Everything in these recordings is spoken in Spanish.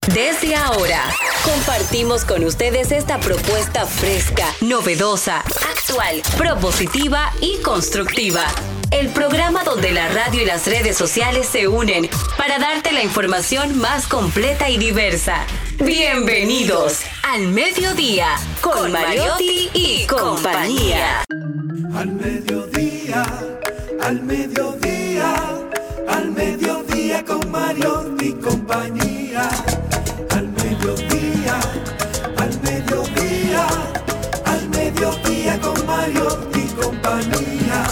Desde ahora, compartimos con ustedes esta propuesta fresca, novedosa, actual, propositiva y constructiva. El programa donde la radio y las redes sociales se unen para darte la información más completa y diversa. Bienvenidos al Mediodía con Mariotti y compañía. Al mediodía, al mediodía, al mediodía con Mariotti y compañía. Al mediodía, al mediodía, al mediodía con Mariotti y compañía.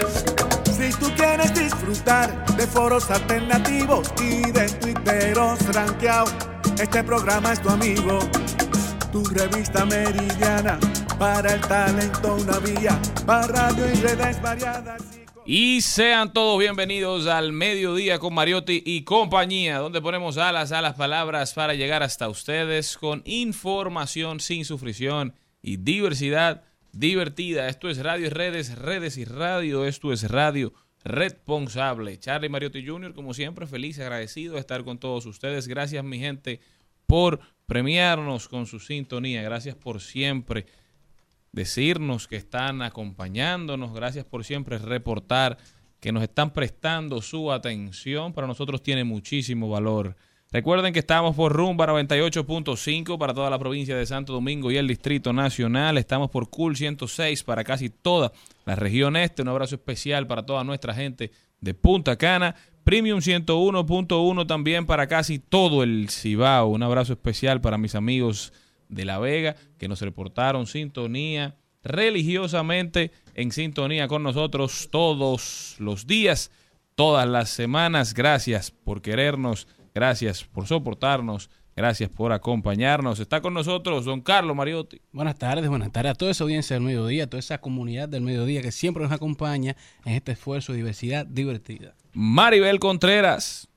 Si tú quieres disfrutar de foros alternativos y de tuiteros rankeados, este programa es tu amigo. Tu revista meridiana, para el talento una vía, para radio y redes variadas. Y sean todos bienvenidos al Mediodía con Mariotti y compañía, donde ponemos alas a las palabras para llegar hasta ustedes con información sin sufrición y diversidad divertida. Esto es Radio y Redes, Redes y Radio. Esto es Radio Responsable. Charlie Mariotti Jr., como siempre, feliz, agradecido de estar con todos ustedes. Gracias, mi gente, por premiarnos con su sintonía. Gracias por siempre decirnos que están acompañándonos. Gracias por siempre reportar que nos están prestando su atención. Para nosotros tiene muchísimo valor. Recuerden que estamos por Rumba 98.5 para toda la provincia de Santo Domingo y el Distrito Nacional. Estamos por Cool 106 para casi toda la región este. Un abrazo especial para toda nuestra gente de Punta Cana. Premium 101.1 también para casi todo el Cibao. Un abrazo especial para mis amigos de La Vega, que nos reportaron sintonía religiosamente, en sintonía con nosotros todos los días, todas las semanas. Gracias por querernos, gracias por soportarnos, gracias por acompañarnos. Está con nosotros don Carlos Mariotti. Buenas tardes a toda esa audiencia del mediodía, a toda esa comunidad del mediodía que siempre nos acompaña en este esfuerzo de diversidad divertida. Maribel Contreras.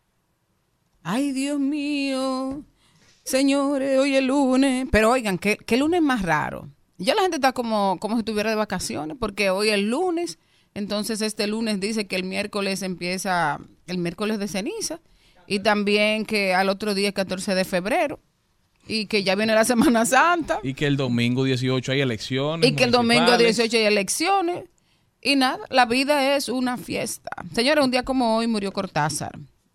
Ay, Dios mío. Señores, hoy es lunes, pero oigan, ¿qué lunes más raro? Ya la gente está como si estuviera de vacaciones, porque hoy es lunes, entonces este lunes dice que el miércoles empieza el miércoles de ceniza, y también que al otro día es 14 de febrero, y que ya viene la Semana Santa. Y que el domingo 18 hay elecciones. Y que el domingo 18 hay elecciones, y nada, la vida es una fiesta. Señores, un día como hoy murió Cortázar,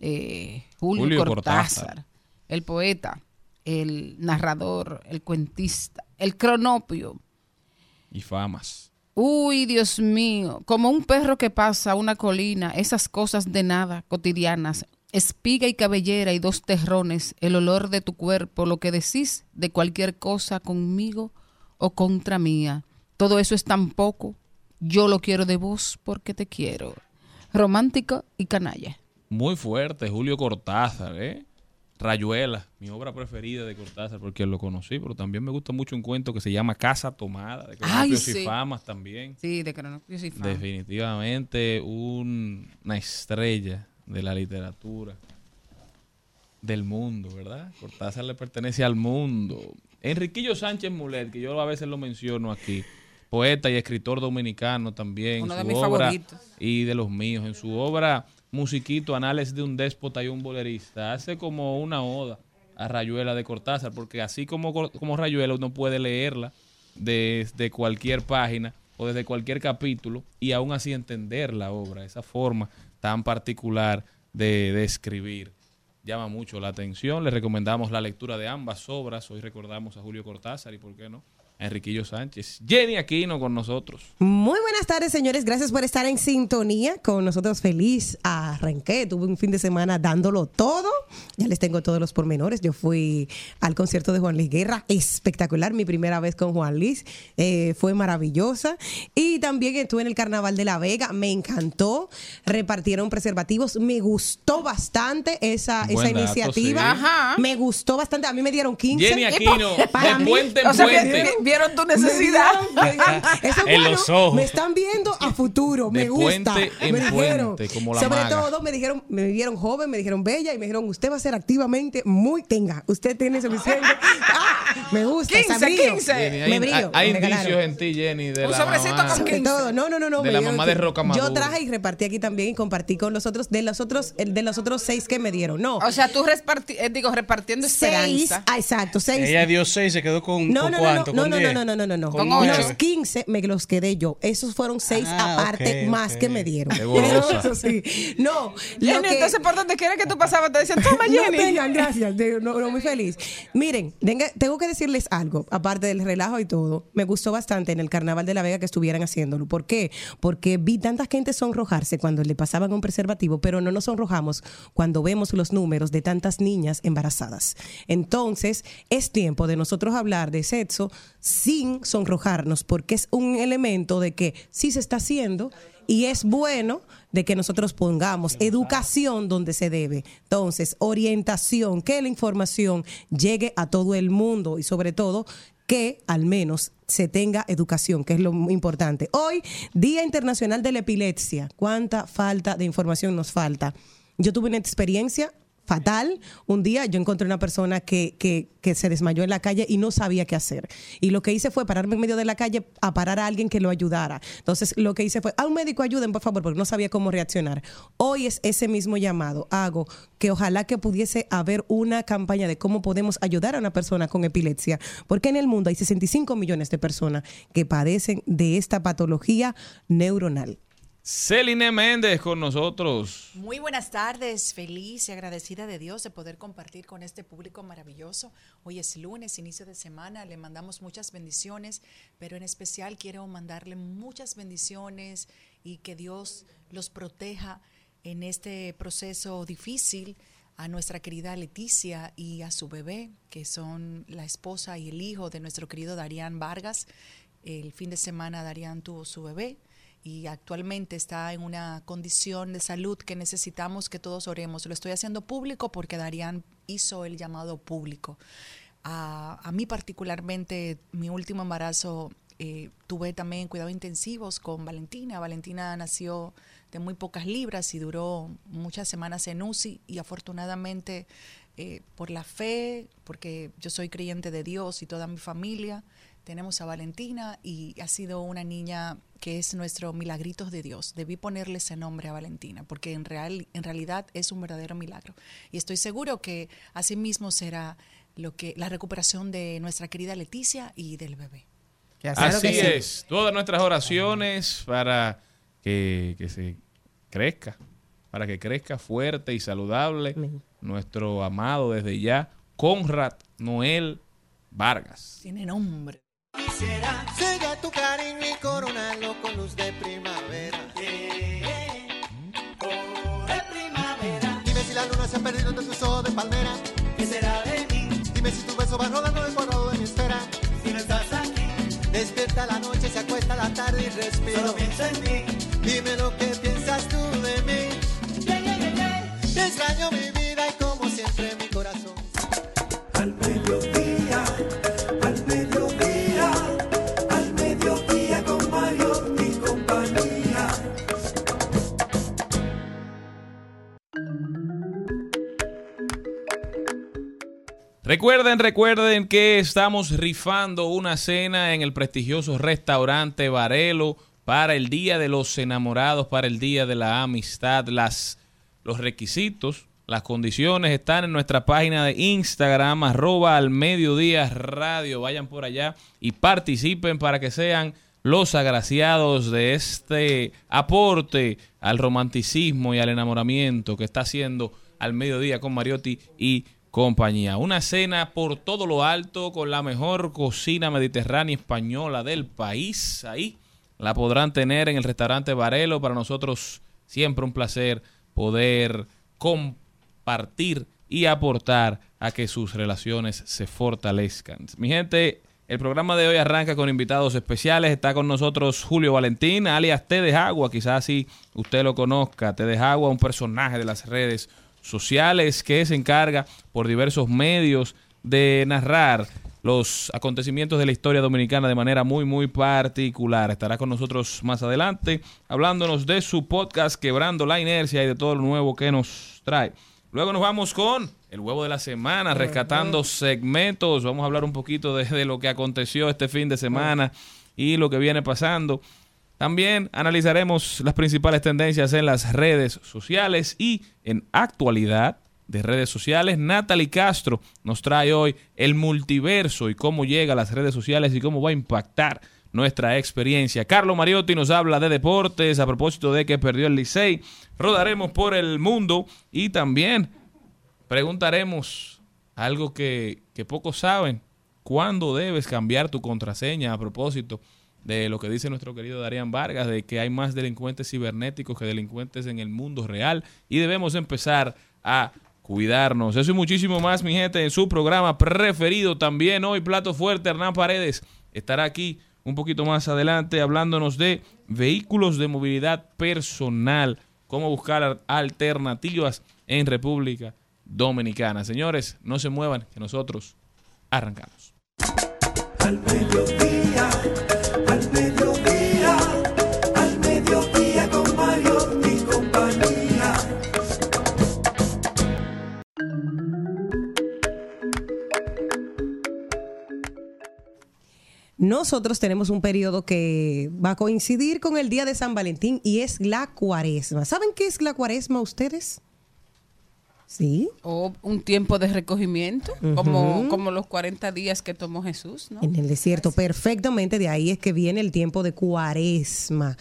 Julio Cortázar, el poeta, el narrador, el cuentista, el cronopio. Y famas. Uy, Dios mío, como un perro que pasa una colina, esas cosas de nada, cotidianas, espiga y cabellera y dos terrones, el olor de tu cuerpo, lo que decís de cualquier cosa conmigo o contra mía. Todo eso es tan poco, yo lo quiero de vos porque te quiero. Romántico y canalla. Muy fuerte, Julio Cortázar, Rayuela, mi obra preferida de Cortázar, porque lo conocí, pero también me gusta mucho un cuento que se llama Casa Tomada, de Cronopios y Famas también. Sí, de Cronopios y Famas. Definitivamente una estrella de la literatura del mundo, ¿verdad? Cortázar le pertenece al mundo. Enriquillo Sánchez Mulet, que yo a veces lo menciono aquí, poeta y escritor dominicano también. Uno de mis favoritos. Y de los míos, en su obra Musiquito, Anales de un déspota y un bolerista, hace como una oda a Rayuela de Cortázar, porque así como Rayuela uno puede leerla desde cualquier página o desde cualquier capítulo y aún así entender la obra, esa forma tan particular de escribir. Llama mucho la atención. Le recomendamos la lectura de ambas obras. Hoy recordamos a Julio Cortázar y, ¿por qué no?, Enriquillo Sánchez. Jenny Aquino con nosotros. Muy buenas tardes, señores. Gracias por estar en sintonía con nosotros. Feliz arranqué. Tuve un fin de semana dándolo todo. Ya les tengo todos los pormenores. Yo fui al concierto de Juan Luis Guerra. Espectacular. Mi primera vez con Juan Luis. Fue maravillosa. Y también estuve en el Carnaval de La Vega. Me encantó. Repartieron preservativos. Me gustó bastante esa iniciativa. Sí. Me gustó bastante. A mí me dieron 15. Jenny Aquino, para de mí, puente en puente. Vieron tu necesidad. Eso es En bueno. los ojos. Me están viendo a futuro. De Me gusta. puente en Me dijeron. puente, como la Sobre maga. todo, me vieron joven, me dijeron bella y me dijeron, usted va a ser activamente usted tiene suficiente. Me gusta. 15, ese brillo. 15. Jenny, Me brillo, hay me indicios regalaron. en ti, Jenny, de Un la sobrecito mamá. con Sobre 15. todo, no. De me la dieron mamá de Roca Maduro. Yo traje y repartí aquí también y compartí con los otros, de los otros 6 que me dieron. No. O sea, tú repartiendo 6, esperanza. exacto, 6. Ella dio 6, se quedó con No, ¿con no, cuánto? no, ¿Con no, 10? no, no, no, no, no. Con Con Los 9. 15 me los quedé yo. Esos fueron 6 Ah, aparte ok, más ok. que me dieron. Qué golosa. Eso sí. No, lo Jenny, que- entonces por donde quiera que tú pasabas te decían, toma, no Jenny. tengan, gracias. No, muy feliz. Miren, tengo que decirles algo, aparte del relajo y todo. Me gustó bastante en el Carnaval de La Vega que estuvieran haciéndolo. ¿Por qué? Porque vi tanta gente sonrojarse cuando le pasaban un preservativo, pero no nos sonrojamos cuando vemos los números de tantas niñas embarazadas. Entonces, es tiempo de nosotros hablar de sexo sin sonrojarnos, porque es un elemento de que sí se está haciendo y es bueno de que nosotros pongamos educación donde se debe. Entonces, orientación, que la información llegue a todo el mundo y sobre todo que al menos se tenga educación, que es lo importante. Hoy, Día Internacional de la Epilepsia. ¿Cuánta falta de información nos falta? Yo tuve una experiencia fatal. Un día yo encontré una persona que se desmayó en la calle y no sabía qué hacer. Y lo que hice fue pararme en medio de la calle a parar a alguien que lo ayudara. Entonces lo que hice fue, a un médico ayuden, por favor, porque no sabía cómo reaccionar. Hoy es ese mismo llamado. Hago que ojalá que pudiese haber una campaña de cómo podemos ayudar a una persona con epilepsia, porque en el mundo hay 65 millones de personas que padecen de esta patología neuronal. Celine Méndez con nosotros. Muy buenas tardes, feliz y agradecida de Dios de poder compartir con este público maravilloso. Hoy es lunes, inicio de semana, le mandamos muchas bendiciones, pero en especial quiero mandarle muchas bendiciones y que Dios los proteja en este proceso difícil a nuestra querida Leticia y a su bebé, que son la esposa y el hijo de nuestro querido Darían Vargas. El fin de semana Darían tuvo su bebé y actualmente está en una condición de salud que necesitamos que todos oremos. Lo estoy haciendo público porque Darían hizo el llamado público. A mí particularmente, mi último embarazo, tuve también cuidados intensivos con Valentina. Valentina nació de muy pocas libras y duró muchas semanas en UCI y afortunadamente por la fe, porque yo soy creyente de Dios y toda mi familia, tenemos a Valentina y ha sido una niña que es nuestro milagritos de Dios. Debí ponerle ese nombre a Valentina porque en realidad es un verdadero milagro. Y estoy seguro que así mismo será la recuperación de nuestra querida Leticia y del bebé. Así es. Todas nuestras oraciones para que se crezca, para que crezca fuerte y saludable. Nuestro amado desde ya, Conrad Noel Vargas. Tiene nombre. Quisiera sellar tu cariño y coronarlo con luz de primavera. Oh, de primavera. Dime si la luna se ha perdido entre tus ojos de palmera. ¿Qué será de mí? Dime si tu beso va rodando el cuadrado de mi esfera. Si no estás aquí, despierta la noche, se acuesta la tarde y respiro. Solo pienso en ti. Dime lo que piensas tú de mí. Te extraño mi vida y como siempre mi corazón. Al mediodía, al mediodía, al mediodía con Mario y compañía. Recuerden que estamos rifando una cena en el prestigioso restaurante Varelo para el Día de los Enamorados, para el Día de la Amistad. Los requisitos, las condiciones están en nuestra página de Instagram, @almediodía_radio. Vayan por allá y participen para que sean los agraciados de este aporte al romanticismo y al enamoramiento que está haciendo Al Mediodía con Mariotti y compañía. Una cena por todo lo alto con la mejor cocina mediterránea española del país. Ahí la podrán tener en el restaurante Varelo. Para nosotros siempre un placer poder compartir y aportar a que sus relaciones se fortalezcan. Mi gente, el programa de hoy arranca con invitados especiales. Está con nosotros Julio Valentín, alias Té de Agua, quizás así usted lo conozca. Té de Agua, un personaje de las redes sociales que se encarga por diversos medios de narrar los acontecimientos de la historia dominicana de manera muy, muy particular. Estará con nosotros más adelante hablándonos de su podcast Quebrando la Inercia y de todo lo nuevo que nos trae. Luego nos vamos con el huevo de la semana, rescatando segmentos. Vamos a hablar un poquito de lo que aconteció este fin de semana y lo que viene pasando. También analizaremos las principales tendencias en las redes sociales y en actualidad de redes sociales. Natalie Castro nos trae hoy el multiverso y cómo llega a las redes sociales y cómo va a impactar nuestra experiencia. Carlos Mariotti nos habla de deportes a propósito de que perdió el Licey. Rodaremos por el mundo y también preguntaremos algo que pocos saben. ¿Cuándo debes cambiar tu contraseña? A propósito de lo que dice nuestro querido Darían Vargas, de que hay más delincuentes cibernéticos que delincuentes en el mundo real y debemos empezar a cuidarnos. Eso y muchísimo más, mi gente, en su programa preferido. También hoy, plato fuerte, Hernán Paredes estará aquí un poquito más adelante hablándonos de vehículos de movilidad personal, cómo buscar alternativas en República Dominicana. Señores, no se muevan, que nosotros arrancamos. Al mediodía, al mediodía, al mediodía con Mariotti y compañía. Nosotros tenemos un periodo que va a coincidir con el día de San Valentín y es la Cuaresma. ¿Saben qué es la Cuaresma ustedes? Sí. O un tiempo de recogimiento, como los 40 días que tomó Jesús, ¿no? En el desierto, perfectamente. De ahí es que viene el tiempo de Cuaresma.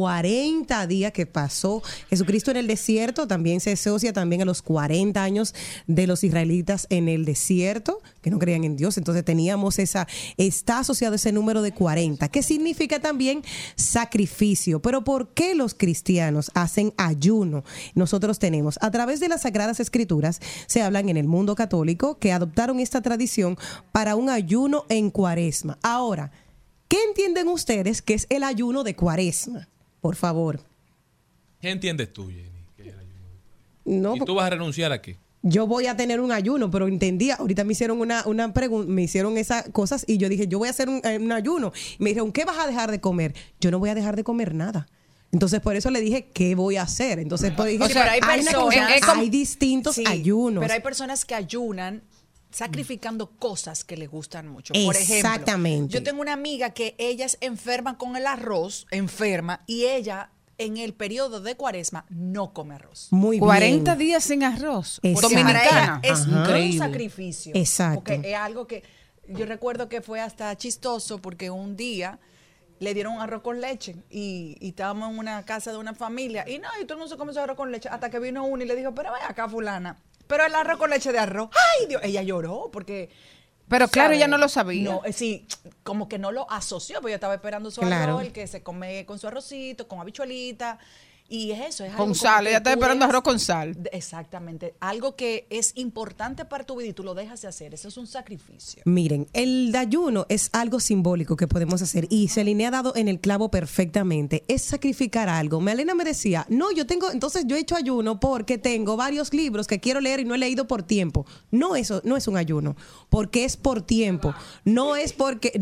40 días que pasó Jesucristo en el desierto, también se asocia también a los 40 años de los israelitas en el desierto, que no creían en Dios. Entonces teníamos está asociado ese número de 40, que significa también sacrificio. Pero ¿por qué los cristianos hacen ayuno? Nosotros tenemos, a través de las Sagradas Escrituras, se hablan en el mundo católico que adoptaron esta tradición para un ayuno en Cuaresma. Ahora, ¿qué entienden ustedes que es el ayuno de Cuaresma? Por favor. ¿Qué entiendes tú, Jenny? ¿Qué es el ayuno? No, ¿Y tú vas a renunciar a qué? yo voy a tener un ayuno, pero entendía, ahorita me hicieron una pregunta, me hicieron esas cosas y yo dije, yo voy a hacer un ayuno. Y me dijeron, ¿qué vas a dejar de comer? Yo no voy a dejar de comer nada. Entonces, por eso le dije, ¿qué voy a hacer? Entonces, pues, dije, O sea, hay distintos ayunos. Pero hay personas que ayunan sacrificando cosas que les gustan mucho. Exactamente. Por ejemplo, yo tengo una amiga que ella es enferma con el arroz, y ella en el periodo de Cuaresma no come arroz. Muy 40 bien. días sin arroz. Exacto. Dominicana. Es un Increíble. sacrificio. Exacto. Porque es algo que yo recuerdo que fue hasta chistoso porque un día le dieron arroz con leche y estábamos en una casa de una familia y todo el mundo se come ese arroz con leche hasta que vino uno y le dijo, pero ven acá fulana, pero el arroz con leche de arroz. ¡Ay, Dios! Ella lloró porque... Pero claro, ¿sabe? ella no lo sabía. No, sí, como que no lo asoció, porque yo estaba esperando su Claro. arroz, el que se come con su arrocito, con habichuelita. Y es eso, es algo Con como sal, que ella está tú esperando dejas- arroz con sal. Exactamente. Algo que es importante para tu vida y tú lo dejas de hacer. Eso es un sacrificio. Miren, el ayuno es algo simbólico que podemos hacer y Celine ha dado en el clavo perfectamente. Es sacrificar algo. Melena me decía, no, entonces yo he hecho ayuno porque tengo varios libros que quiero leer y no he leído por tiempo. No, eso no es un ayuno, porque es por tiempo. No es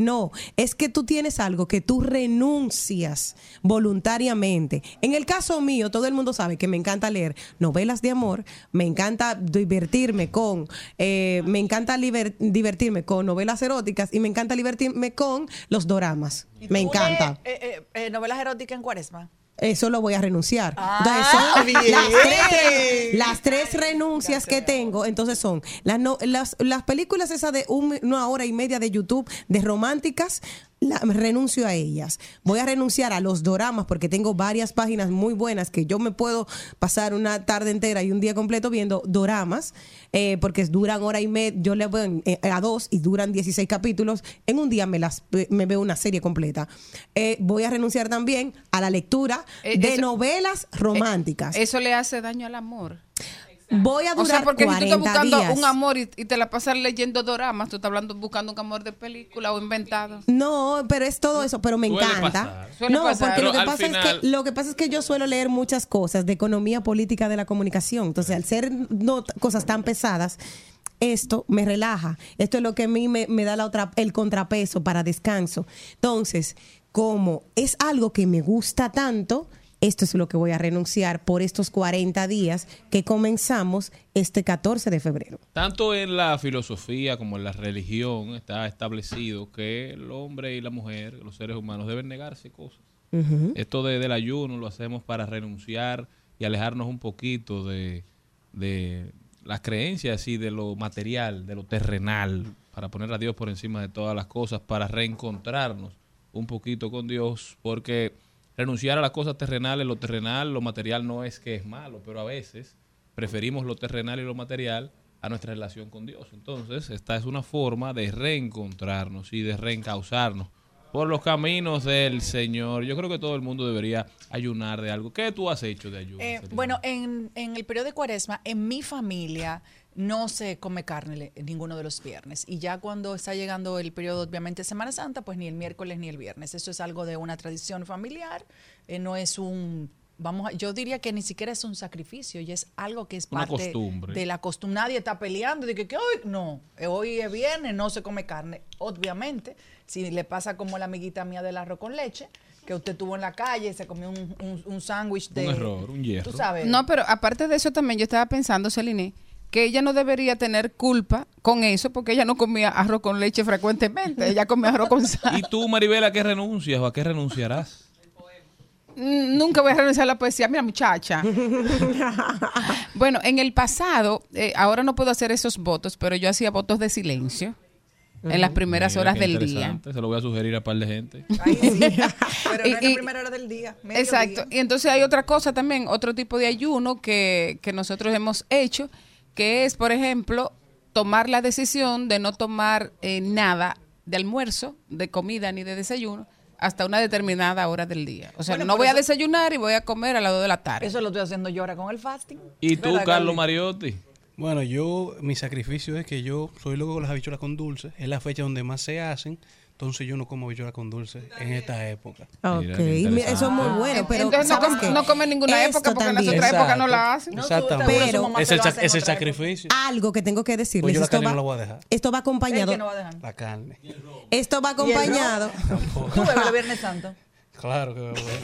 es que tú tienes algo que tú renuncias voluntariamente. En el caso mío, todo el mundo sabe que me encanta leer novelas de amor, me encanta divertirme divertirme con novelas eróticas y me encanta divertirme con los doramas. ¿Y Me tú encanta. lees, novelas eróticas en Cuaresma? Eso lo voy a renunciar. Ah, Entonces, son bien. las tres renuncias que tengo. Entonces son las películas esas de una hora y media de YouTube de románticas. Renuncio a ellas. Voy a renunciar a los doramas porque tengo varias páginas muy buenas que yo me puedo pasar una tarde entera y un día completo viendo doramas porque duran hora y media. Yo le veo a 2 y duran 16 capítulos. En un día me veo una serie completa. Voy a renunciar también a la lectura de novelas románticas. Eso le hace daño al amor. Voy a O durar sea, porque si tú 40 estás buscando días. un amor y te la pasas leyendo doramas, tú estás buscando un amor de película o inventado. No, pero es todo eso, pero me Suele encanta. pasar. Suele No, pasar. porque Pero lo que al pasa final- lo que pasa es que yo suelo leer muchas cosas de economía política de la comunicación. Entonces, al ser cosas tan pesadas, esto me relaja. Esto es lo que a mí me da el contrapeso para descanso. Entonces, como es algo que me gusta tanto, esto es lo que voy a renunciar por estos 40 días que comenzamos este 14 de febrero. Tanto en la filosofía como en la religión está establecido que el hombre y la mujer, los seres humanos, deben negarse cosas. Esto del ayuno lo hacemos para renunciar y alejarnos un poquito de las creencias y de lo material, de lo terrenal, para poner a Dios por encima de todas las cosas, para reencontrarnos un poquito con Dios, porque renunciar a las cosas terrenales, lo terrenal, lo material no es que es malo, pero a veces preferimos lo terrenal y lo material a nuestra relación con Dios. Entonces, esta es una forma de reencontrarnos y de reencauzarnos por los caminos del Señor. Yo creo que todo el mundo debería ayunar de algo. ¿Qué tú has hecho de ayuno? Bueno, en el periodo de Cuaresma, en mi familia no se come carne ninguno de los viernes. Y ya cuando está llegando el periodo, obviamente, de Semana Santa, pues ni el miércoles ni el viernes. Eso es algo de una tradición familiar. No es yo diría que ni siquiera es un sacrificio, y es algo que es parte de la costumbre. Nadie está peleando de que hoy es viernes, no se come carne. Obviamente, si le pasa como la amiguita mía del arroz con leche, que usted estuvo en la calle, se comió un sándwich de... Un error, un hierro. ¿Tú sabes? No, pero aparte de eso también yo estaba pensando, Celine, que ella no debería tener culpa con eso, porque ella no comía arroz con leche frecuentemente, ella comía arroz con sal. ¿Y tú, Maribel, a qué renuncias o a qué renunciarás? Nunca voy a renunciar a la poesía. Mira, muchacha. Bueno, en el pasado, ahora no puedo hacer esos votos, pero yo hacía votos de silencio en las primeras horas del día. Se lo voy a sugerir a un par de gente. Ay, sí. Pero no es la primera hora del día. Exacto. Y entonces hay otra cosa también, otro tipo de ayuno que nosotros hemos hecho, que es, por ejemplo, tomar la decisión de no tomar nada de almuerzo, de comida ni de desayuno, hasta una determinada hora del día. O sea, no voy a desayunar y voy a comer a las 2 de la tarde. Eso lo estoy haciendo yo ahora con el fasting. ¿Y tú, Carlos Mariotti? Bueno, mi sacrificio es que yo soy loco con las habichuelas con dulce. Es la fecha donde más se hacen. Entonces yo no como habichuelas con dulce en esta época. Ok, mira, eso es muy bueno. Pero entonces no comen ninguna época porque en las otras épocas no la hacen. Exactamente. Pero es el sacrificio. Algo que tengo que decirles. Pues yo la carne no la voy a dejar. Esto va acompañado. No va a dejar? La carne. Esto va acompañado. ¿Tú bebes el Viernes Santo? Claro que me voy.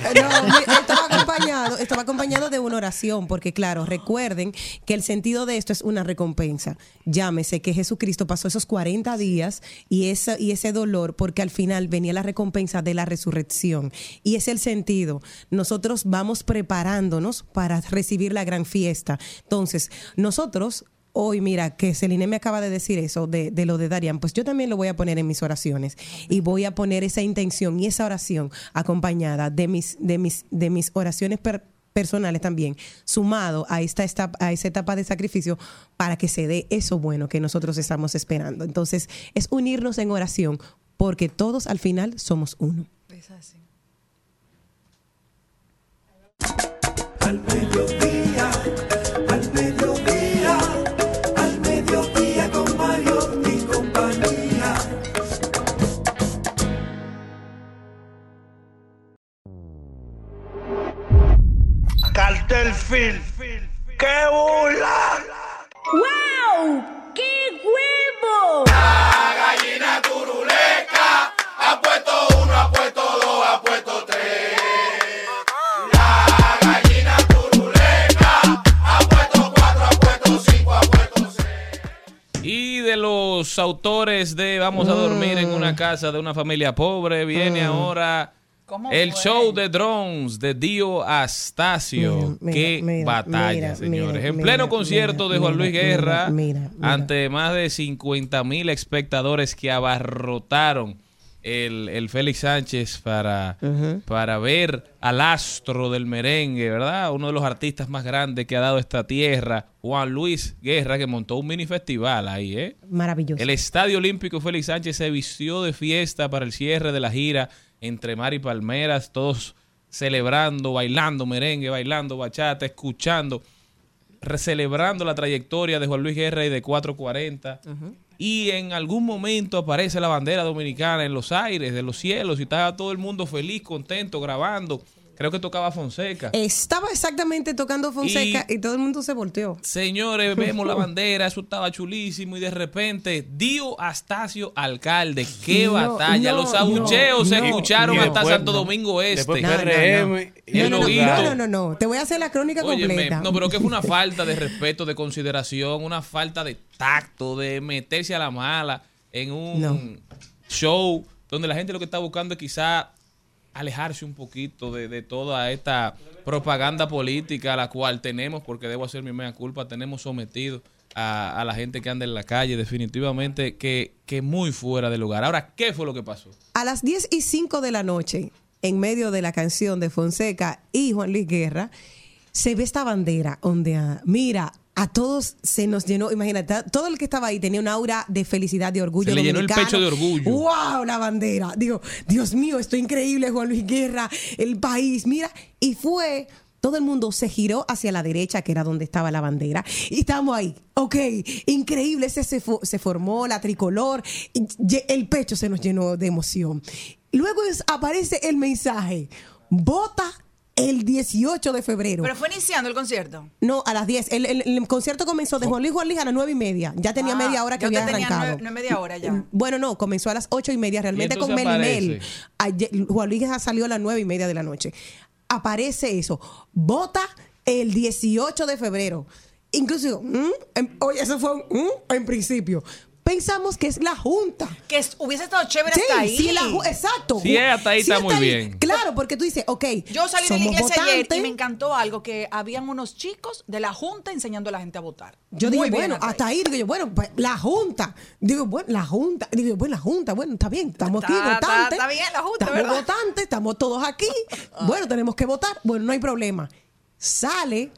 Esto va acompañado de una oración, porque claro, recuerden que el sentido de esto es una recompensa. Llámese que Jesucristo pasó esos 40 días y ese dolor, porque al final venía la recompensa de la resurrección. Y es el sentido. Nosotros vamos preparándonos para recibir la gran fiesta. Entonces, nosotros... Hoy, mira, que Celine me acaba de decir eso de lo de Darian, pues yo también lo voy a poner en mis oraciones y voy a poner esa intención y esa oración acompañada de mis oraciones personales también, sumado a esa etapa de sacrificio para que se dé eso bueno que nosotros estamos esperando. Entonces, es unirnos en oración porque todos al final somos uno. Es así. Al mediodía, al mediodía, al mediodía con Mariotti y compañía. Cartel Film. ¡Qué burla! ¡Wow! ¡Qué huevo! La gallina turuleca ha puesto 1, ha puesto 2, ha puesto 3. La gallina turuleca ha puesto 4, ha puesto 5, ha puesto 6. Y de los autores de Vamos a dormir en una casa de una familia pobre, viene ahora el show de drones de Dio Astacio. Qué batalla, señores. En pleno concierto de Juan Luis Guerra, ante más de 50,000 espectadores que abarrotaron el Félix Sánchez para ver al astro del merengue, ¿verdad? Uno de los artistas más grandes que ha dado esta tierra, Juan Luis Guerra, que montó un mini festival ahí, ¿eh? Maravilloso. El Estadio Olímpico Félix Sánchez se vistió de fiesta para el cierre de la gira entre mar y palmeras, todos celebrando, bailando merengue, bailando bachata, escuchando, celebrando la trayectoria de Juan Luis Guerra y de 440. Y en algún momento aparece la bandera dominicana en los aires, de los cielos, y estaba todo el mundo feliz, contento, grabando creo que tocaba Fonseca. Estaba exactamente tocando Fonseca y todo el mundo se volteó. Señores, vemos la bandera, eso estaba chulísimo y de repente Dio Astacio alcalde, qué batalla, los abucheos se escucharon hasta Santo Domingo Este. Después PRM. No, te voy a hacer la crónica completa. No, pero que fue una falta de respeto, de consideración, una falta de tacto, de meterse a la mala en un show donde la gente lo que está buscando es quizá alejarse un poquito de toda esta propaganda política a la cual tenemos, porque debo hacer mi mea culpa, tenemos sometido a la gente que anda en la calle, definitivamente que muy fuera de lugar. Ahora, ¿qué fue lo que pasó? A las 10:05 de la noche, en medio de la canción de Fonseca y Juan Luis Guerra, se ve esta bandera donde, mira, a todos se nos llenó, imagínate, todo el que estaba ahí tenía un aura de felicidad, de orgullo. Se le llenó dominicano. el pecho de orgullo. ¡Wow! La bandera. Digo, Dios mío, esto es increíble, Juan Luis Guerra, el país, mira. Y fue, todo el mundo se giró hacia la derecha, que era donde estaba la bandera, y estamos ahí. Ok, increíble, se formó la tricolor, y el pecho se nos llenó de emoción. Luego aparece el mensaje, vota el 18 de febrero. ¿Pero fue iniciando el concierto? No, a las 10. El concierto comenzó de Juan Luis a las 9:30. Ya tenía media hora que había arrancado. No media hora ya. Bueno, no, comenzó a las 8:30. Realmente con Melimel. Juan Luis salió a las 9:30 de la noche. Aparece eso. Vota el 18 de febrero. Incluso, oye, eso fue en principio. Pensamos que es la Junta. Que hubiese estado chévere hasta ahí. Sí, exacto. Sí, hasta ahí está muy bien. Claro, porque tú dices, ok, yo salí de la iglesia ayer y me encantó algo, que habían unos chicos de la Junta enseñando a la gente a votar. Yo digo, bueno, hasta ahí, digo yo, bueno, pues, la Junta. Digo, bueno, la Junta. Digo, bueno, la Junta, bueno, está bien, estamos aquí votantes. Está bien la Junta, estamos ¿verdad? votantes, estamos todos aquí. Bueno, tenemos que votar. Bueno, no hay problema. Sale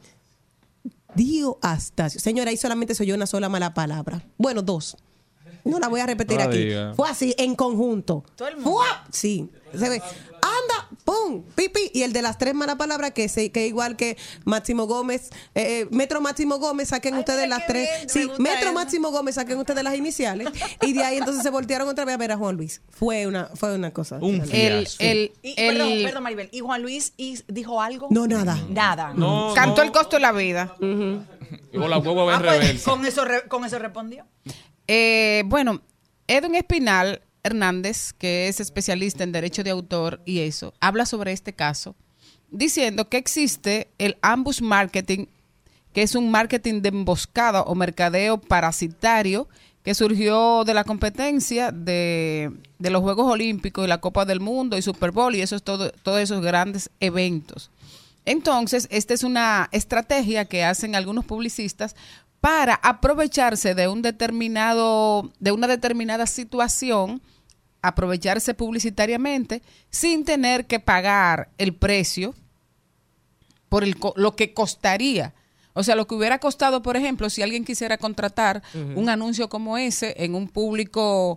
Dio Astacio. Señora, ahí solamente soy yo una sola mala palabra. Bueno, dos. No la voy a repetir aquí. Diga. Fue así, en conjunto. Todo el mundo. ¡Fuap! Sí. Se ve. Anda, pum, pipi. Y el de las 3 malas palabras, que igual que Máximo Gómez, Metro Máximo Gómez, saquen ustedes las 3. Sí, Metro eso. Máximo Gómez, saquen ustedes las iniciales. Y de ahí entonces se voltearon otra vez a ver a Juan Luis. Fue una cosa. Un fiasco. Perdón, Maribel. ¿Y Juan Luis dijo algo? No, nada. Nada. No, Cantó el costo de la vida. O la huevo en Pues, reversa. con eso respondió. Bueno, Edwin Espinal Hernández, que es especialista en derecho de autor y eso, habla sobre este caso, diciendo que existe el ambush marketing, que es un marketing de emboscada o mercadeo parasitario que surgió de la competencia de los Juegos Olímpicos y la Copa del Mundo y Super Bowl y todos esos grandes eventos. Entonces, esta es una estrategia que hacen algunos publicistas para aprovecharse de una determinada situación, aprovecharse publicitariamente sin tener que pagar el precio por lo que costaría. O sea, lo que hubiera costado, por ejemplo, si alguien quisiera contratar un anuncio como ese en un público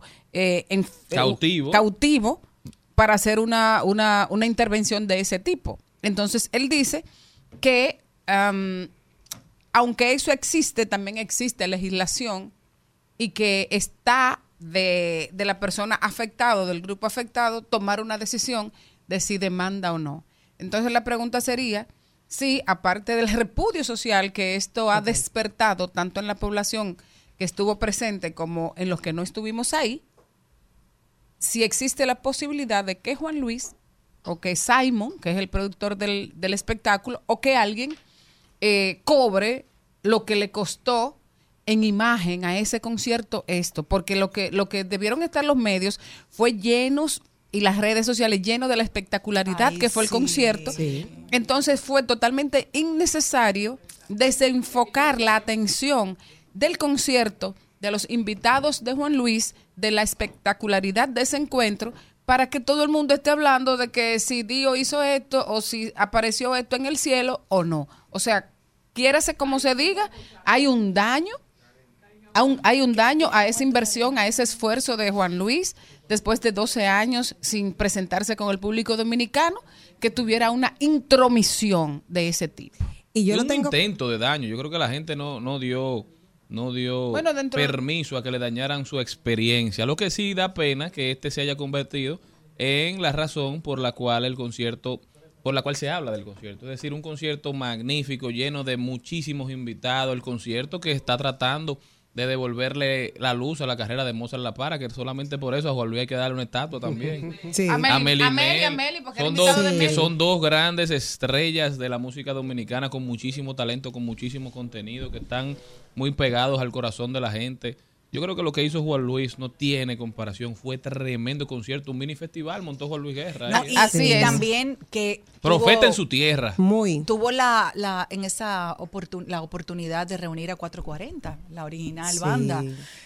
cautivo para hacer una intervención de ese tipo. Entonces, él dice que aunque eso existe, también existe legislación y que está de la persona afectada, del grupo afectado, tomar una decisión de si demanda o no. Entonces la pregunta sería si, aparte del repudio social que esto ha despertado tanto en la población que estuvo presente como en los que no estuvimos ahí, si existe la posibilidad de que Juan Luis o que Simon, que es el productor del espectáculo, o que alguien cobre lo que le costó en imagen a ese concierto esto, porque lo que debieron estar los medios fue llenos y las redes sociales llenos de la espectacularidad que fue el concierto. Sí. Entonces fue totalmente innecesario desenfocar la atención del concierto, de los invitados de Juan Luis, de la espectacularidad de ese encuentro, para que todo el mundo esté hablando de que si Dio hizo esto o si apareció esto en el cielo o no. O sea, quiérase como se diga, hay un daño a esa inversión, a ese esfuerzo de Juan Luis, después de 12 años sin presentarse con el público dominicano, que tuviera una intromisión de ese tipo. Y yo un intento de daño. Yo creo que la gente no dio permiso a que le dañaran su experiencia. Lo que sí da pena que se haya convertido en la razón por la cual el concierto por la cual se habla del concierto. Es decir, un concierto magnífico, lleno de muchísimos invitados, el concierto que está tratando de devolverle la luz a la carrera de Mozart La Para, que solamente por eso a Juan Luis hay que darle una estatua también. Sí. A Meli Meli, porque era son invitado dos, de que Meli. son dos grandes estrellas de la música dominicana con muchísimo talento, con muchísimo contenido, que están muy pegados al corazón de la gente. Yo creo que lo que hizo Juan Luis no tiene comparación. Fue tremendo concierto, un mini festival montó Juan Luis Guerra. No, y Así es. también que Profeta en su tierra. tuvo en esa la oportunidad de reunir a 440, la original Sí. banda.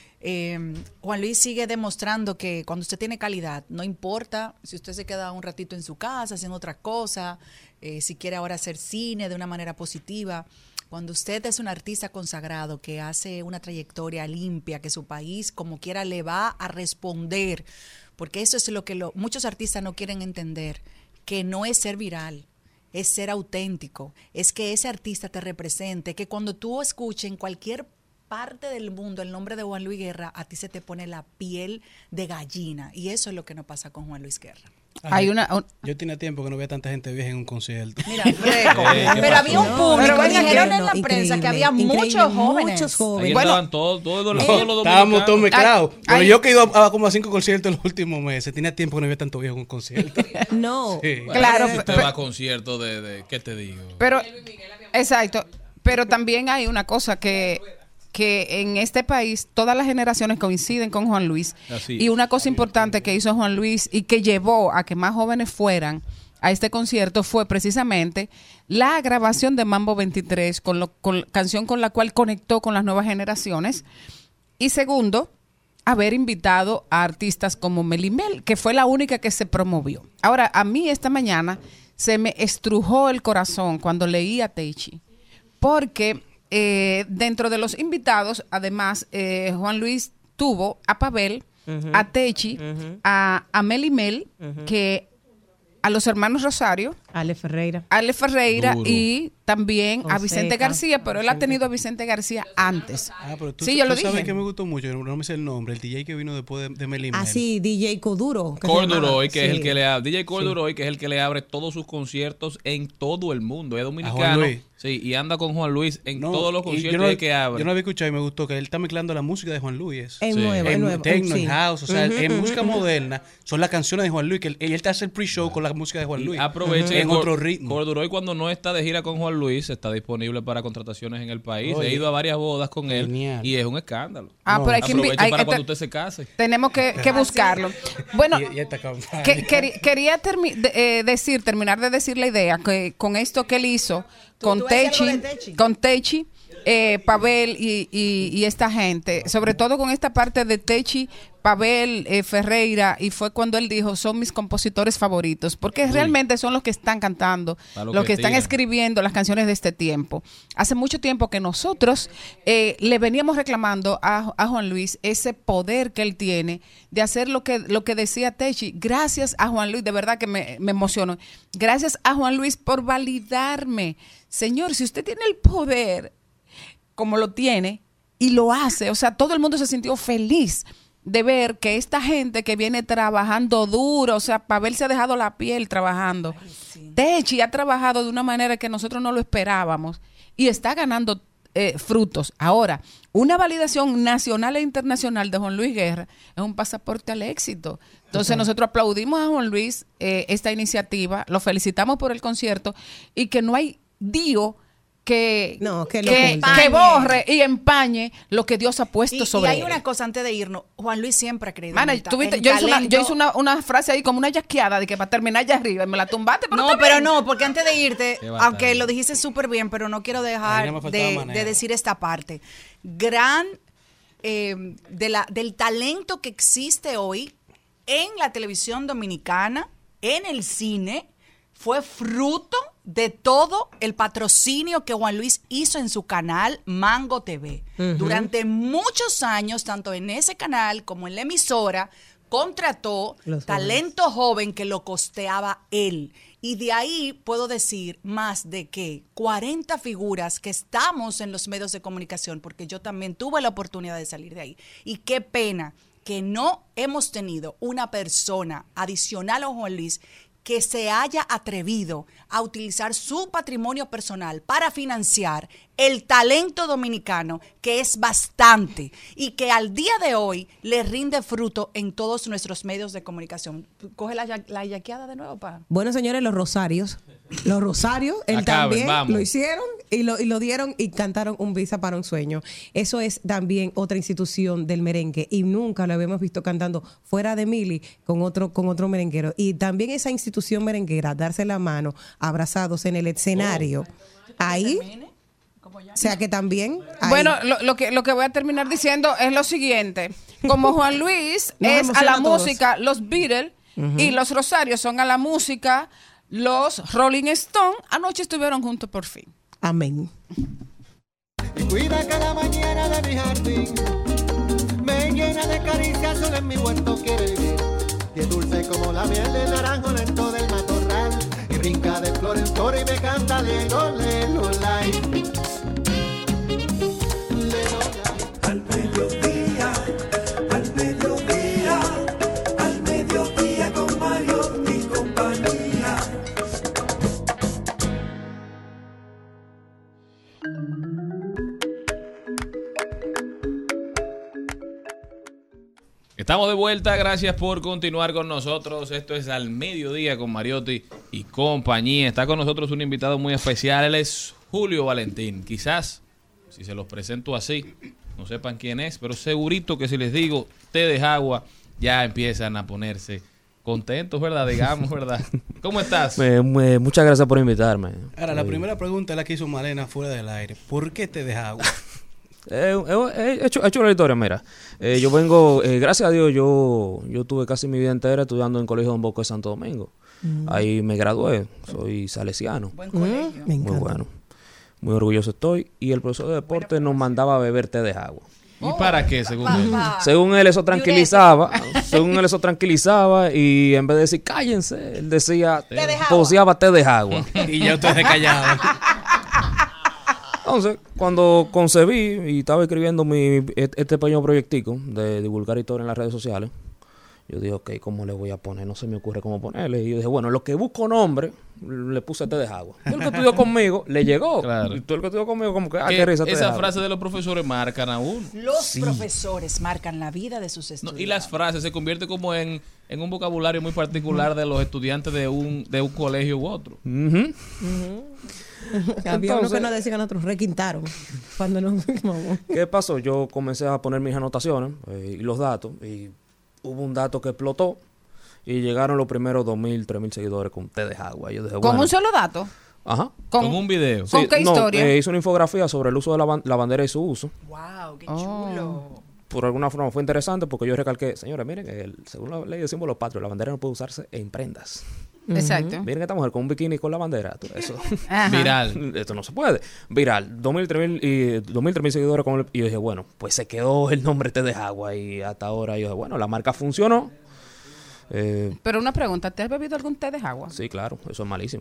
Juan Luis sigue demostrando que cuando usted tiene calidad, no importa si usted se queda un ratito en su casa haciendo otra cosa, si quiere ahora hacer cine de una manera positiva. Cuando usted es un artista consagrado que hace una trayectoria limpia, que su país como quiera le va a responder, porque eso es lo que muchos artistas no quieren entender, que no es ser viral, es ser auténtico, es que ese artista te represente, que cuando tú escuches en cualquier parte del mundo el nombre de Juan Luis Guerra, a ti se te pone la piel de gallina, y eso es lo que no pasa con Juan Luis Guerra. Hay Yo tenía tiempo que no veía tanta gente vieja en un concierto. Mira, fresco. Pero había un público, pero dijeron en la increíble, prensa que había increíble, muchos jóvenes. muchos Ahí jóvenes. estaban todos los dominicanos. Estábamos todos mezclados. Ay, Pero ay. yo que he ido a como a 5 conciertos en los últimos meses, tenía tiempo que no veía tanto viejo en un concierto. No. Sí. Claro, Si usted va a conciertos de ¿qué te digo? Pero, exacto, pero también hay una cosa que en este país todas las generaciones coinciden con Juan Luis. Así Y es. una cosa importante que hizo Juan Luis y que llevó a que más jóvenes fueran a este concierto fue precisamente la grabación de Mambo 23, canción con la cual conectó con las nuevas generaciones. Y segundo, haber invitado a artistas como Meli Mel, que fue la única que se promovió. Ahora, a mí esta mañana se me estrujó el corazón cuando leí a Teichi, porque dentro de los invitados, además, Juan Luis tuvo a Pavel, a Teichi, a Meli Mel, que a los hermanos Rosario, Ale Ferreira. Duro. Y también a Joseca. Vicente García, pero él ha tenido a Vicente García antes. Pero tú, Sí, yo lo tú sabes dije. que me gustó mucho, no me sé el nombre, el DJ que vino después de Meli Mel. Ah, sí, DJ Coduro. que se Corduroy, llamaba. que es el Sí. que le abre, DJ Corduroy, que es el que le abre todos sus conciertos en todo el mundo. Es A dominicano. Juan Luis. Sí, y anda con Juan Luis en No, todos los y conciertos que abre. Yo no había escuchado y me gustó que él está mezclando la música de Juan Luis. Es nuevo, es En nuevo. techno, Sí. en house, o sea, Ujú, en ujú, música ujú. moderna son las canciones de Juan Luis, que él te hace el pre-show con la música de Juan Y Luis. aproveche en otro ritmo. Corduroy, cuando no está de gira con Juan Luis, está disponible para contrataciones en el país. Oye, He ido a varias bodas con él genial. y es un escándalo. Ah, pero hay que Aproveche hay- para hay- cuando usted se case. Tenemos que buscarlo. Bueno, Y esta campaña. quería terminar de decir la idea que con esto que él hizo con tú decías Teichi, algo de Teichi. Pavel y esta gente, sobre todo con esta parte de Teichi, Pavel, Ferreira, y fue cuando él dijo, son mis compositores favoritos, porque realmente son los que están cantando, A lo los que que están tiran. escribiendo las canciones de este tiempo. Hace mucho tiempo que nosotros le veníamos reclamando a Juan Luis ese poder que él tiene de hacer lo que decía Teichi. Gracias a Juan Luis, de verdad que me emociono. Gracias a Juan Luis por validarme. Señor, si usted tiene el poder como lo tiene y lo hace, o sea, todo el mundo se sintió feliz de ver que esta gente que viene trabajando duro, o sea, Pavel se ha dejado la piel trabajando. Teichi ha trabajado de una manera que nosotros no lo esperábamos y está ganando frutos. Ahora, una validación nacional e internacional de Juan Luis Guerra es un pasaporte al éxito. Entonces nosotros aplaudimos a Juan Luis esta iniciativa, lo felicitamos por el concierto y que no hay Dios que borre y empañe lo que Dios ha puesto sobre y hay él. una cosa antes de irnos. Juan Luis siempre ha creído Mana, en tú viste, en yo hice talento. una frase ahí como una yasqueada de que para terminar allá arriba y me la tumbaste. Pero No, está pero bien. no, porque antes de irte, Qué batalla. aunque lo dijiste súper bien, pero no quiero Ahí dejar no me faltaba de manera. decir esta parte. Gran del talento que existe hoy en la televisión dominicana, en el cine, fue fruto de todo el patrocinio que Juan Luis hizo en su canal Mango TV. Durante muchos años, tanto en ese canal como en la emisora, contrató Los talento joven que lo costeaba él. Y de ahí puedo decir más de que 40 figuras que estamos en los medios de comunicación, porque yo también tuve la oportunidad de salir de ahí. Y qué pena que no hemos tenido una persona adicional a Juan Luis que se haya atrevido a utilizar su patrimonio personal para financiar el talento dominicano, que es bastante y que al día de hoy le rinde fruto en todos nuestros medios de comunicación. Coge la yaqueada de nuevo, pa. Bueno, señores, los rosarios, él también lo hicieron y lo dieron y cantaron Un Visa para un Sueño. Eso es también otra institución del merengue y nunca lo habíamos visto cantando fuera de Mili con otro merenguero. Y también esa institución merenguera, darse la mano, abrazados en el escenario. Ahí... O sea que también... Bueno, lo que voy a terminar diciendo es lo siguiente. Como Juan Luis es a la música los Beatles y los Rosarios son a la música los Rolling Stones, anoche estuvieron juntos por fin. Amén. Y cuida cada mañana de mi jardín, me llena de caricias, solo en mi huerto quiere vivir. Y es dulce como la miel del naranjo lento del matorral, y brinca de flor en flor y me canta lelo, lelo, lai. Al mediodía, al mediodía, al mediodía con Mariotti y compañía. Estamos de vuelta, gracias por continuar con nosotros. Esto es Al Mediodía con Mariotti y compañía. Está con nosotros un invitado muy especial, él es Julio Valentín. Quizás, si se los presento así, no sepan quién es, pero segurito que si les digo té de agua, ya empiezan a ponerse contentos, ¿verdad? Digamos, ¿verdad? ¿Cómo estás? Muchas gracias por invitarme. Ahora, la primera pregunta es la que hizo Malena fuera del aire. ¿Por qué té de agua? He hecho la historia, mira. Yo vengo, gracias a Dios, yo tuve casi mi vida entera estudiando en el Colegio Don Bosco de Santo Domingo. Ahí me gradué, soy salesiano. Buen colegio. Me encanta. Muy bueno. Muy orgulloso estoy. Y el profesor de deporte nos mandaba a beber té de agua. ¿Y para qué, según él? Según él eso tranquilizaba. Según él eso tranquilizaba. Y en vez de decir cállense, él decía, poseaba té de agua. Y ya ustedes callaban. Entonces, cuando concebí y estaba escribiendo este pequeño proyectico de divulgar historia en las redes sociales, yo dije, ok, ¿cómo le voy a poner? No se me ocurre cómo ponerle. Y yo dije, bueno, lo que busco nombre, le puse té de agua. Y el que estudió conmigo, le llegó. Claro. Y todo el que estudió conmigo, como que, qué risa té de esa agua. frase de los profesores marcan a uno. Los profesores marcan la vida de sus estudiantes. Y las frases se convierten como en un vocabulario muy particular de los estudiantes de un colegio u otro. Había uno que nos decían a nosotros, requintaron cuando nos fuimos. ¿Qué pasó? Yo comencé a poner mis anotaciones y los datos, y hubo un dato que explotó y llegaron los primeros 2.000, 3.000 seguidores con té de agua. Yo dije, ¿Con bueno, un solo dato? Ajá. ¿Con un video? ¿Con qué historia? Hice una infografía sobre el uso de la bandera y su uso. ¡Wow! ¡Qué chulo! Por alguna forma fue interesante porque yo recalqué, señores, miren, que según la ley de símbolos patrios, la bandera no puede usarse en prendas. Exacto. Miren esta mujer con un bikini con la bandera. Eso. Viral. Esto no se puede. Viral. 2.000, 3.000 seguidores. Y yo dije, bueno, pues se quedó el nombre té de agua. Y hasta ahora yo dije, bueno, la marca funcionó. Pero una pregunta, ¿te has bebido algún té de agua? Sí, claro. Eso es malísimo.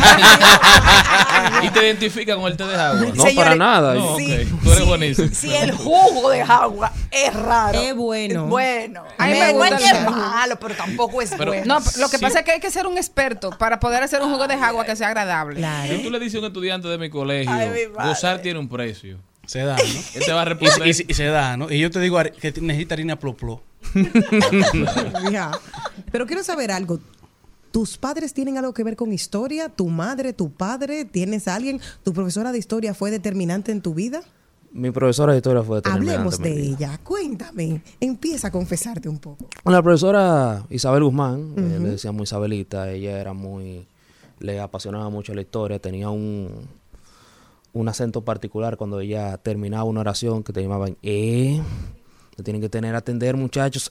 ¿Y te identifica con el té de agua? No, Señores, para nada. No, okay. Tú eres buenísimo. Si el jugo de agua es raro. Es bueno. Bueno. A mí No me es gusta que es el jugo. malo, pero tampoco es bueno. No, lo que pasa es que hay que ser un experto para poder hacer un jugo de agua que sea agradable. Claro. Si tú le dices a un estudiante de mi colegio, Ay, mi madre. gozar tiene un precio. Se da, ¿no? Él te va a responder. Y se da, ¿no? Y yo te digo que necesita harina plop. Ya. Pero quiero saber algo. ¿Tus padres tienen algo que ver con historia? ¿Tu madre, tu padre? ¿Tienes a alguien? ¿Tu profesora de historia fue determinante en tu vida? Mi profesora de historia fue determinante. Hablemos en mi de vida. ella. Cuéntame. Empieza a confesarte un poco. La profesora Isabel Guzmán, le decíamos Isabelita, ella era le apasionaba mucho la historia, tenía un acento particular cuando ella terminaba una oración que te llamaban, te tienen que tener a atender, muchachos,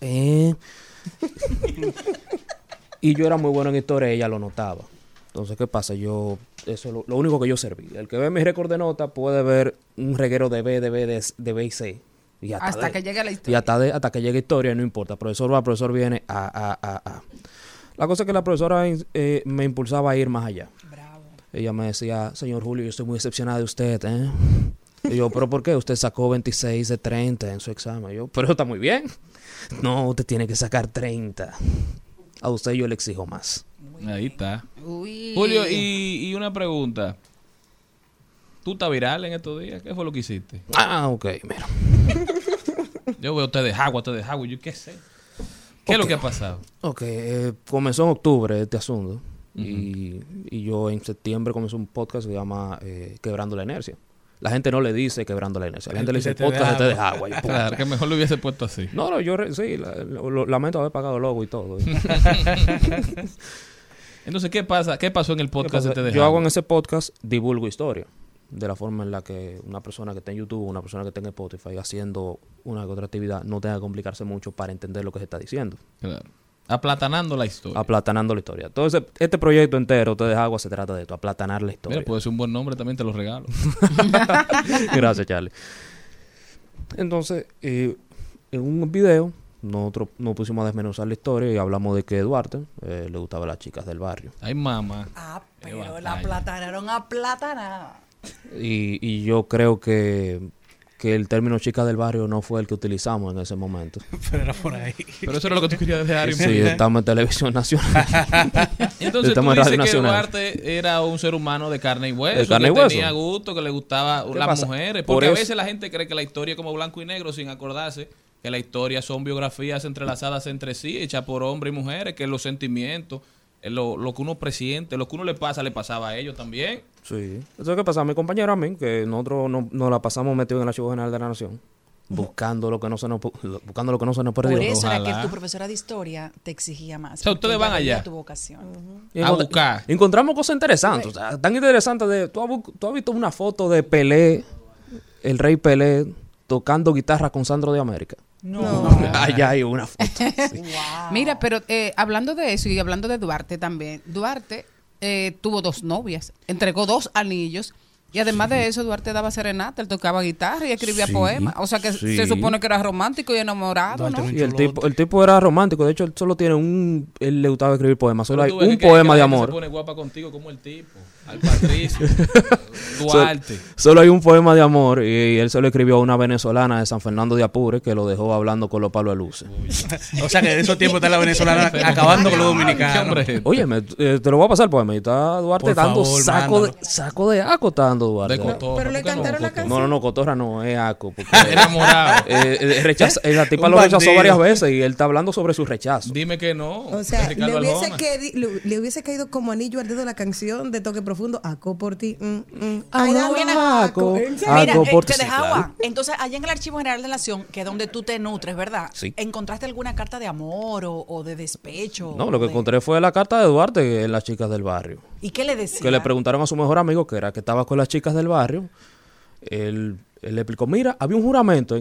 Y yo era muy bueno en historia, ella lo notaba. Entonces, ¿qué pasa? Eso es lo único que yo serví. El que ve mi récord de nota puede ver un reguero de B y C. Y hasta que llegue la historia. Y hasta que llegue historia, no importa. Profesor va, profesor viene, A. La cosa es que la profesora me impulsaba a ir más allá. Bravo. Ella me decía, señor Julio, yo estoy muy decepcionada de usted, Y yo, ¿pero por qué? Usted sacó 26 de 30 en su examen. Yo, pero está muy bien. No, usted tiene que sacar 30. a usted yo le exijo más. Ahí está. Uy. Julio, y una pregunta. ¿Tú estás viral en estos días? ¿Qué fue lo que hiciste? Ah, ok, mira. Yo veo te agua, yo qué sé. ¿Qué es lo que ha pasado? Ok, comenzó en octubre este asunto. Y yo en septiembre comencé un podcast que se llama Quebrando la Inercia. La gente no le dice Quebrando la Inercia. La gente le dice podcast de agua. Claro, que mejor lo hubiese puesto así. No, yo sí, lamento haber pagado el logo y todo. Entonces, ¿qué pasó en el podcast de Te Yo hago en ese podcast, divulgo historia. De la forma en la que una persona que está en YouTube, una persona que está en Spotify haciendo una que otra actividad no tenga que complicarse mucho para entender lo que se está diciendo. Claro. Aplatanando la historia. Aplatanando la historia. Entonces, este proyecto entero, Ustedes Agua, se trata de esto, aplatanar la historia. Mira, puede ser un buen nombre, también te lo regalo. Gracias, Charlie. Entonces, en un video, nosotros nos pusimos a desmenuzar la historia y hablamos de que Duarte le gustaba a las chicas del barrio. Ay, mamá. Ah, pero la aplatanaron aplatanada. Y yo creo que el término chica del barrio no fue el que utilizamos en ese momento. Pero era por ahí. Pero eso era lo que tú querías dejar. Sí, estamos en televisión nacional. Entonces estamos tú en dices Radio que Nacional. Duarte era un ser humano de carne y hueso, De carne y que hueso. tenía gusto, que le gustaba las pasa? mujeres. Por Porque a eso- veces la gente cree que la historia es como blanco y negro sin acordarse que la historia son biografías entrelazadas entre sí, hechas por hombres y mujeres, que los sentimientos, lo que uno presiente, lo que uno le pasaba a ellos también. Sí. Eso es que pasa a mi compañero, a mí, que nosotros nos la pasamos metidos en el Archivo General de la Nación, buscando lo que no se nos perdió. Por eso era Ojalá. que tu profesora de historia te exigía más. O sea, porque ustedes van ella veía allá. tu vocación. A buscar. Encontramos cosas interesantes, o sea, tan interesantes. ¿Tú has visto una foto de Pelé, el rey Pelé, tocando guitarra con Sandro de América? No. Allá hay una foto. Sí. Mira, pero hablando de eso y hablando de Duarte también, Duarte tuvo 2 novias, entregó 2 anillos y además de eso Duarte daba serenata, él tocaba guitarra y escribía Sí, poemas, o sea que sí. se supone que era romántico y enamorado, ¿no? Y el tipo era romántico, de hecho él solo tiene él le gustaba escribir poemas, solo hay Pero tú ves un que poema la de gente amor. se pone guapa contigo como el tipo, al Patricio, Duarte. Solo hay un poema de amor y él se lo escribió a una venezolana de San Fernando de Apure que lo dejó hablando con los palos de luces. O sea que de esos tiempos está la venezolana acabando con los dominicanos. Oye, te lo voy a pasar el poema y está Duarte Por dando favor, saco de aco está dando Duarte. De cotorra. Pero le ¿por qué no? cantaron la canción. No, cotorra no, es aco. Porque, Enamorado. la tipa Un lo rechazó bandido. varias veces y él está hablando sobre su rechazo. Dime que no. O sea, de Ricardo Arjona. le hubiese caído como anillo al dedo la canción de Toque Profundo, Aco por ti. Ay, dame no, una Aco. ¿En serio? Mira, Aco por te ti, dejaba. claro. Entonces, allá en el Archivo General de la Nación, que es donde tú te nutres, ¿verdad? Sí. ¿Encontraste alguna carta de amor o de despecho? No, lo que de- encontré fue la carta de Duarte en las chicas del barrio. ¿Y qué le decía? Que le preguntaron a su mejor amigo, que era que estaba con las chicas del barrio. Él le explicó, mira, había un juramento en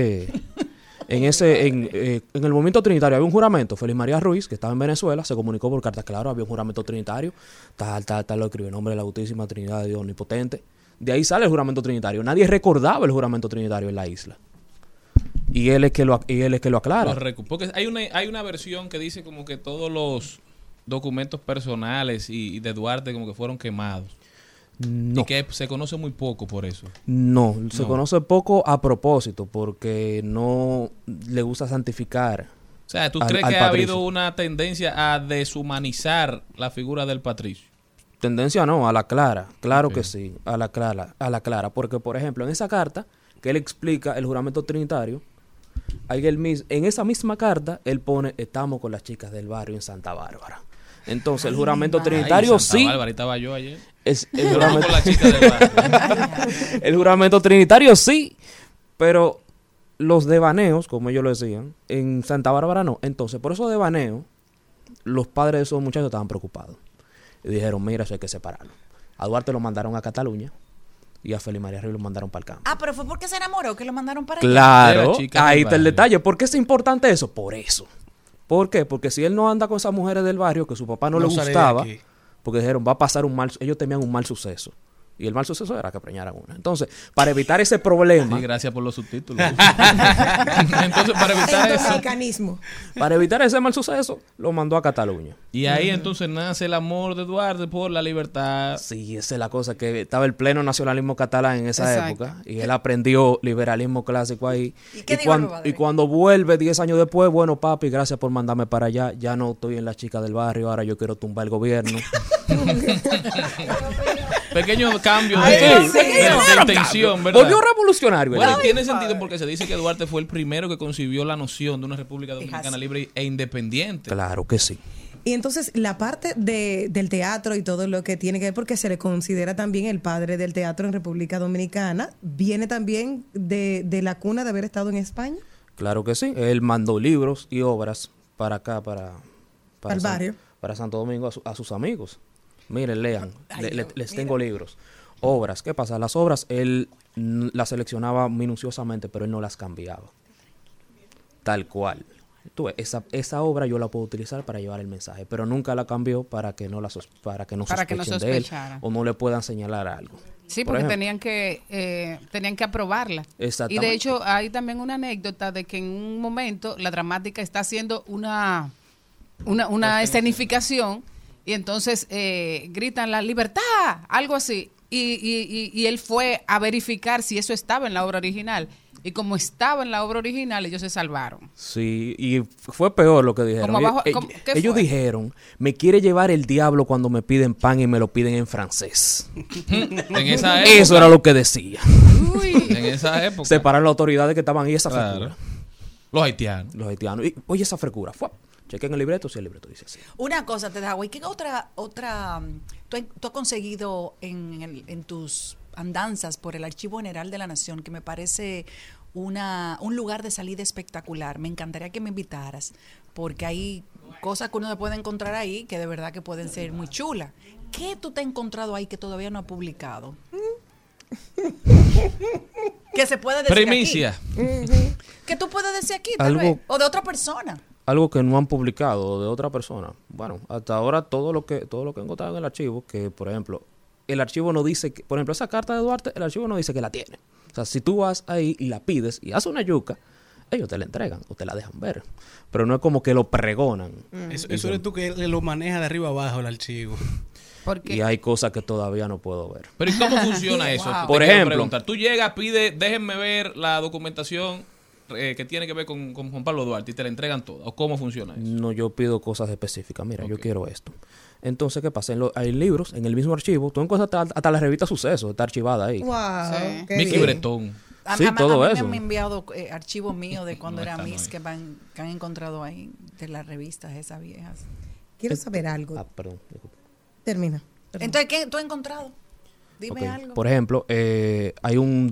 el movimiento trinitario, había un juramento. Feliz María Ruiz, que estaba en Venezuela, se comunicó por carta, claro, había un juramento trinitario, tal, lo escribió en nombre de la Autísima Trinidad de Dios Omnipotente. De ahí sale el juramento trinitario. Nadie recordaba el juramento trinitario en la isla. Y él es que lo aclara. Porque hay una versión que dice como que todos los documentos personales y de Duarte como que fueron quemados. No. Y que se conoce muy poco por eso. No, se No. conoce poco a propósito, porque no le gusta santificar. O sea, ¿tú al- crees al que ha patricio. habido una tendencia a deshumanizar la figura del patricio? Tendencia no, a la clara, claro Ok. que sí, a la clara, porque por ejemplo en esa carta que él explica el juramento trinitario, en esa misma carta él pone estamos con las chicas del barrio en Santa Bárbara. Entonces el juramento trinitario Ay, Santa sí, Bárbara, estaba yo ayer. es el Yo juramento, con la chica del barrio. el juramento trinitario sí, pero los devaneos, como ellos lo decían, en Santa Bárbara no. Entonces por esos devaneos los padres de esos muchachos estaban preocupados. Y dijeron, mira, eso hay que separarlo. A Duarte lo mandaron a Cataluña y a Feliz María Ruiz lo mandaron para el campo. Ah, pero fue porque se enamoró que lo mandaron para allá. De Claro, la chica ahí del está el barrio. detalle. ¿Por qué es importante eso? Por eso. ¿Por qué? Porque si él no anda con esas mujeres del barrio que su papá no le No sale de gustaba, aquí. porque dijeron, va a pasar un mal, ellos temían un mal suceso. Y el mal suceso era que preñaran una. Entonces, para evitar ese problema... Sí, gracias por los subtítulos. Entonces, para evitar El eso... dominicanismo. Para evitar ese mal suceso, lo mandó a Cataluña. Y ahí entonces nace el amor de Duarte por la libertad. Sí, esa es la cosa, que estaba el pleno nacionalismo catalán en esa Exacto. época. Y él aprendió liberalismo clásico ahí. ¿Y qué dijo el y padre? cuando vuelve 10 años después, bueno, papi, gracias por mandarme para allá. Ya no estoy en la chica del barrio, ahora yo quiero tumbar el gobierno. Pequeño cambio Ay, de, sí, de intención, ¿verdad? Volvió revolucionario. Bueno, él. tiene sentido porque se dice que Duarte fue el primero que concibió la noción de una República Dominicana libre e independiente. Claro que sí. Y entonces la parte del teatro y todo lo que tiene que ver, porque se le considera también el padre del teatro en República Dominicana, viene también de la cuna de haber estado en España. Claro que sí. Él mandó libros y obras para acá, para el barrio. Para Santo Domingo, a sus amigos. Miren, lean. Les tengo libros. Obras. ¿Qué pasa? Las obras él las seleccionaba minuciosamente, pero él no las cambiaba. Tal cual. Tú ves, esa obra yo la puedo utilizar para llevar el mensaje, pero nunca la cambió para que no sospechen de él o no le puedan señalar algo. Sí, Por porque ejemplo. tenían que aprobarla. Y Exactamente. de hecho hay también una anécdota de que en un momento la dramática está haciendo una escenificación y entonces gritan la libertad, algo así. Y él fue a verificar si eso estaba en la obra original. Y como estaba en la obra original, ellos se salvaron. Sí, y fue peor lo que dijeron. Ellos dijeron, me quiere llevar el diablo cuando me piden pan y me lo piden en francés. En esa época. Eso era lo que decía. En esa época. Separar las autoridades que estaban ahí, esa frecura. Los haitianos. Los haitianos. Y, oye, esa frecura. Chequen el libreto, si el libreto dice así. Una cosa te da, güey, ¿qué otra tú has conseguido en tus andanzas por el Archivo General de la Nación, que me parece un lugar de salida espectacular? Me encantaría que me invitaras, porque hay cosas que uno se puede encontrar ahí que de verdad que pueden ser muy chulas. ¿Qué tú te has encontrado ahí que todavía no has publicado? Que se puede decir primicia. Aquí. Que tú puedes decir aquí, tal vez, o de otra persona. Algo que no han publicado de otra persona. Bueno, hasta ahora todo lo que he encontrado en el archivo, que por ejemplo, el archivo no dice que, por ejemplo, esa carta de Duarte, el archivo no dice que la tiene. O sea, si tú vas ahí y la pides y haces una yuca, ellos te la entregan o te la dejan ver. Pero no es como que lo pregonan. Eso eres tú que lo maneja de arriba abajo el archivo. Y hay cosas que todavía no puedo ver. Pero ¿y cómo funciona eso? Wow. Te Por quiero ejemplo, preguntar. Tú llegas, pides, déjenme ver la documentación que tiene que ver con Juan Pablo Duarte y te la entregan toda. ¿O cómo funciona eso? No, yo pido cosas específicas. Mira, yo quiero esto. Entonces, ¿qué pasa? Hay libros en el mismo archivo. Tú encuentras hasta la revista Suceso, está archivada ahí. Wow, sí. Mickey Bretón. Sí, todo a mí eso. me han enviado archivos míos de cuando No, era esta Miss no que han encontrado ahí de las revistas esas viejas. Quiero saber algo. Perdón. Termina. Entonces, ¿qué tú has encontrado? Dime algo. Por ejemplo, hay un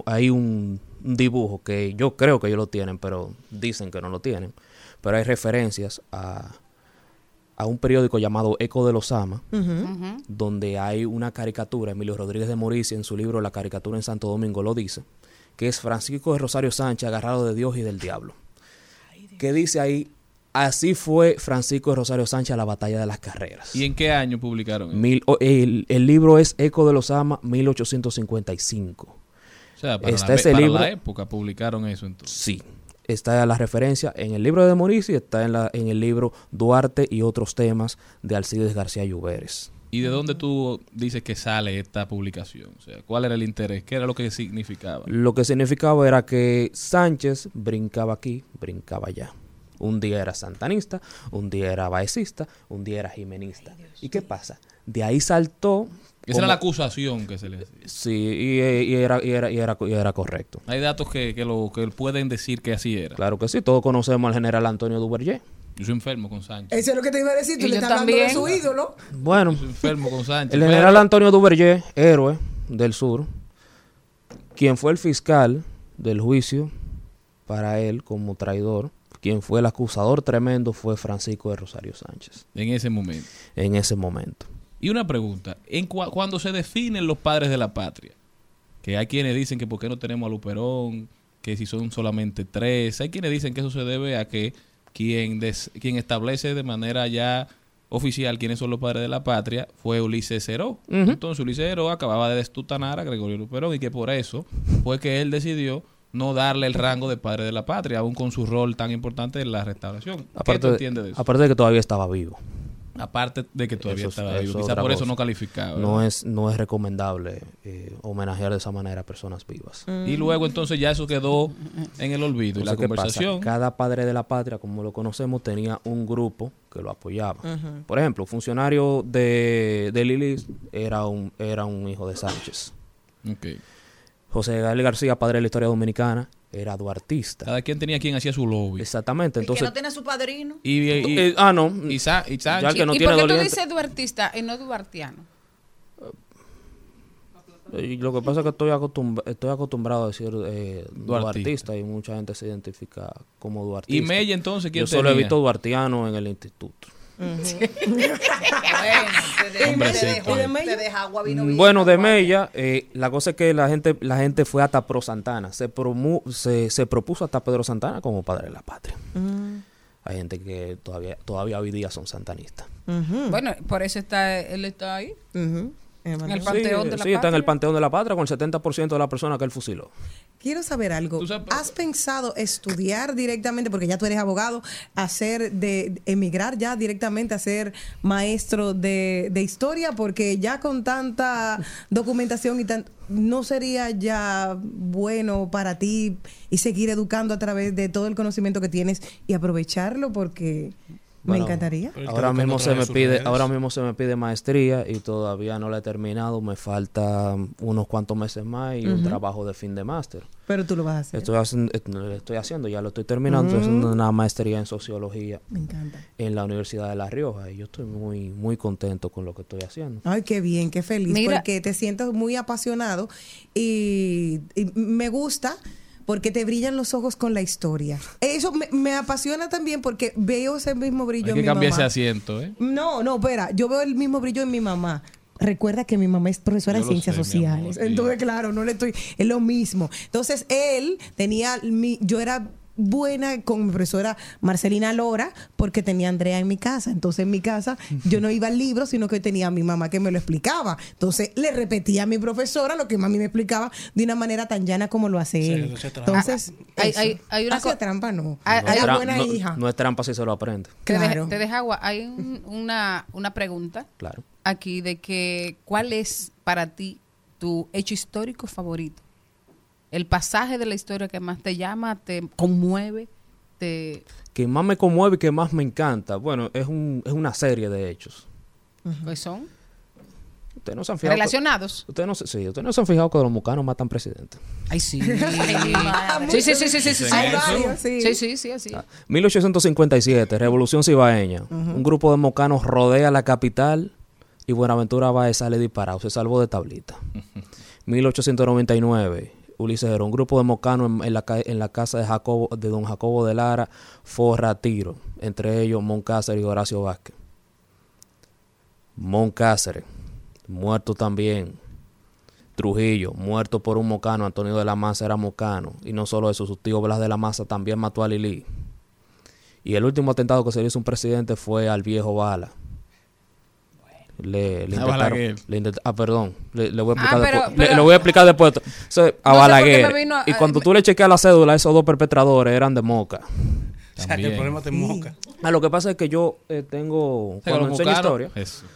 dibujo que yo creo que ellos lo tienen, pero dicen que no lo tienen. Pero hay referencias a un periódico llamado Eco de los Ama, donde hay una caricatura. Emilio Rodríguez de Morici, en su libro La caricatura en Santo Domingo, lo dice, que es Francisco de Rosario Sánchez agarrado de Dios y del diablo. Que dice ahí, así fue Francisco de Rosario Sánchez a la batalla de las carreras. ¿Y en qué año publicaron eso? El libro es Eco de los Ama, 1855. O sea, para la época publicaron eso entonces. Sí. Está la referencia en el libro de Morici, está en el libro Duarte y otros temas de Alcides García Lluveres. ¿Y de dónde tú dices que sale esta publicación? O sea, ¿cuál era el interés? ¿Qué era lo que significaba? Lo que significaba era que Sánchez brincaba aquí, brincaba allá. Un día era santanista, un día era baecista, un día era jimenista. ¿Y qué pasa? De ahí saltó... Esa era la acusación que se le hacía. Sí, y era correcto. Hay datos que pueden decir que así era. Claro que sí, todos conocemos al general Antonio Duvergé. Yo soy enfermo con Sánchez. Eso es lo que te iba a decir, tú Y le yo estás hablando de también. su ídolo. Bueno, Yo soy enfermo con Sánchez. el general Antonio Duvergé, héroe del sur, quien fue el fiscal del juicio para él como traidor, quien fue el acusador tremendo fue Francisco de Rosario Sánchez. En ese momento. En ese momento. Y una pregunta, cuando se definen los padres de la patria, que hay quienes dicen que por qué no tenemos a Luperón, que si son solamente 3, hay quienes dicen que eso se debe a que quien establece de manera ya oficial quiénes son los padres de la patria fue Ulises Heró. Entonces Ulises Heró acababa de destutanar a Gregorio Luperón y que por eso fue que él decidió no darle el rango de padre de la patria, aún con su rol tan importante en la restauración. ¿Qué tú entiendes de eso? Aparte de que todavía estaba vivo. Aparte de que todavía estaba vivo. Quizá por eso no calificaba. No es recomendable homenajear de esa manera a personas vivas. Y luego entonces ya eso quedó en el olvido. Entonces, y la conversación. ¿qué pasa? Cada padre de la patria, como lo conocemos, tenía un grupo que lo apoyaba. Por ejemplo, funcionario de Lili era un hijo de Sánchez. Okay. José Gael García, padre de la historia dominicana, era duartista. Cada quien tenía quien hacía su lobby. Exactamente. Entonces, ¿y que no tiene su padrino? No. Y Sánchez. Ya el que no ¿Y tiene por qué tú doliente. dices duartista y no duartiano? Y lo que pasa es que estoy acostumbrado a decir duartista y mucha gente se identifica como duartista. ¿Y Mella entonces quién Yo solo he tenía? visto duartiano en el instituto. Te deja agua, vino. Bueno, de Mella, la cosa es que la gente fue hasta pro Santana. Se propuso hasta Pedro Santana como padre de la patria. Hay gente que todavía hoy día son santanistas. Bueno, por eso él está ahí. En el panteón de la Sí, patria. está en el panteón de la patria con el 70% de la persona que él fusiló. Quiero saber algo. ¿Has pensado estudiar directamente, porque ya tú eres abogado, emigrar ya directamente a ser maestro de historia? Porque ya con tanta documentación ¿no sería ya bueno para ti y seguir educando a través de todo el conocimiento que tienes y aprovecharlo? Porque me encantaría. Ahora mismo se me pide maestría y todavía no la he terminado. Me falta unos cuantos meses más y un trabajo de fin de máster. Pero tú lo vas a hacer. Estoy haciendo, ya lo estoy terminando. Estoy haciendo una maestría en sociología. Me encanta. En la Universidad de La Rioja y yo estoy muy, muy contento con lo que estoy haciendo. Ay, qué bien, qué feliz. Mira, porque te siento muy apasionado y me gusta porque te brillan los ojos con la historia. Eso me apasiona también porque veo ese mismo brillo en mi mamá. Hay que cambiar ese asiento, ¿eh? No, espera. Yo veo el mismo brillo en mi mamá. Recuerda que mi mamá es profesora de ciencias sociales. Entonces, claro, no le estoy... Es lo mismo. Entonces, él tenía... Yo era buena con mi profesora Marcelina Lora porque tenía a Andrea en mi casa. Entonces, en mi casa yo no iba al libro, sino que tenía a mi mamá que me lo explicaba. Entonces, le repetía a mi profesora lo que mami me explicaba de una manera tan llana como lo hace él. Entonces, hay una hace trampa, no. Hay una buena hija. No es trampa si se lo aprende. Claro. Te deja agua. Hay una pregunta Claro. aquí de que ¿cuál es para ti tu hecho histórico favorito? El pasaje de la historia que más te llama, te conmueve, Que más me conmueve y que más me encanta. Bueno, es una serie de hechos. ¿Qué son? Ustedes no se han fijado. ¿Relacionados? Ustedes no se han fijado que los mucanos matan presidentes. Ay, sí. Ay, mi madre. Sí, así. 1857, Revolución Cibaeña. Un grupo de mocanos rodea la capital y Buenaventura Báez sale disparado. Se salvó de tablita. 1899, Ulises Heró. Un grupo de mocanos en la casa de don Jacobo de Lara forra tiro. Entre ellos Moncáceres y Horacio Vázquez. Moncáceres, muerto también. Trujillo, muerto por un mocano. Antonio de la Maza era mocano. Y no solo eso, su tío Blas de la Maza también mató a Lili. Y el último atentado que se le hizo a un presidente fue al viejo Bala. Le voy a explicar después. Le voy a explicar después. A Balaguer. Y cuando tú le chequeas la cédula, esos dos perpetradores eran de Moca. O sea, que el problema te moca. Lo que pasa es que yo tengo... Cuando enseño historia...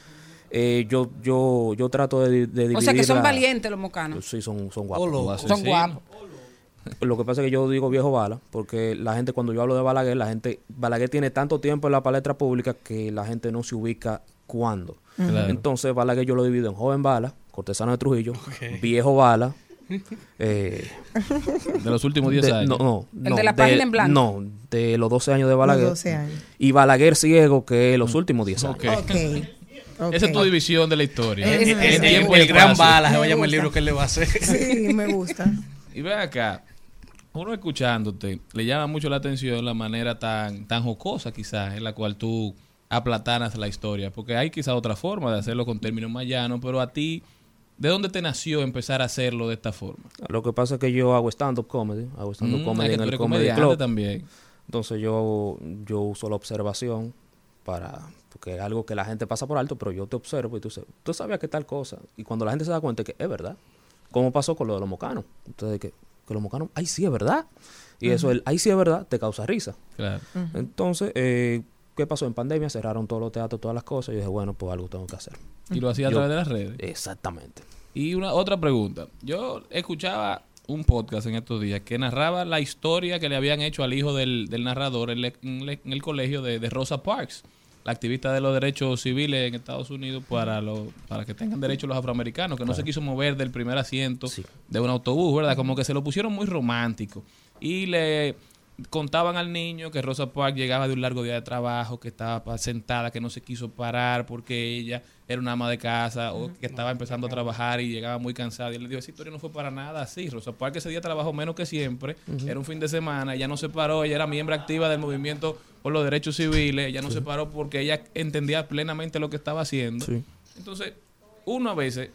Yo trato de dividir. O sea, que son valientes los mocanos. Sí, son guapos. Son guapos. Lo que pasa es que yo digo viejo Bala, porque la gente, cuando yo hablo de Balaguer, Balaguer tiene tanto tiempo en la palestra pública que la gente no se ubica cuándo. Claro. Entonces, Balaguer yo lo divido en joven Bala, cortesano de Trujillo, viejo Bala. De los últimos 10 años. No. El de la página en blanco. No, de los 12 años de Balaguer. 12 años. Y Balaguer ciego, que es los últimos 10 años. Okay. Esa es tu división de la historia. El gran Bala, se va a llamar el libro que él le va a hacer. Sí, me gusta. Y ve acá, uno escuchándote, le llama mucho la atención la manera tan jocosa quizás en la cual tú aplatanas la historia, porque hay quizás otra forma de hacerlo con términos más llanos, pero a ti, ¿de dónde te nació empezar a hacerlo de esta forma? Lo que pasa es que yo hago stand-up comedy, en el Comedy Club también. Entonces yo uso la observación porque es algo que la gente pasa por alto, pero yo te observo y tú sabías que tal cosa. Y cuando la gente se da cuenta que es verdad, ¿cómo pasó con lo de los mocanos? Entonces, que los mocanos, ay, sí, es verdad. Y eso, el ay, sí, es verdad, te causa risa. Claro. Entonces, ¿qué pasó? En pandemia cerraron todos los teatros, todas las cosas. Y yo dije, bueno, pues algo tengo que hacer. Y lo hacía a través de las redes. Exactamente. Y otra pregunta. Yo escuchaba un podcast en estos días que narraba la historia que le habían hecho al hijo del narrador en el colegio de Rosa Parks, la activista de los derechos civiles en Estados Unidos para que tengan derechos los afroamericanos, que no se quiso mover del primer asiento de un autobús, ¿verdad? Como que se lo pusieron muy romántico. Y le contaban al niño que Rosa Parks llegaba de un largo día de trabajo, que estaba sentada, que no se quiso parar porque ella era una ama de casa o que estaba empezando a trabajar y llegaba muy cansada. Y él le dijo, esa historia no fue para nada así. Rosa Parks ese día trabajó menos que siempre, era un fin de semana, ella no se paró, ella era miembro activa del movimiento por los derechos civiles, ella no se paró porque ella entendía plenamente lo que estaba haciendo. Entonces, uno a veces,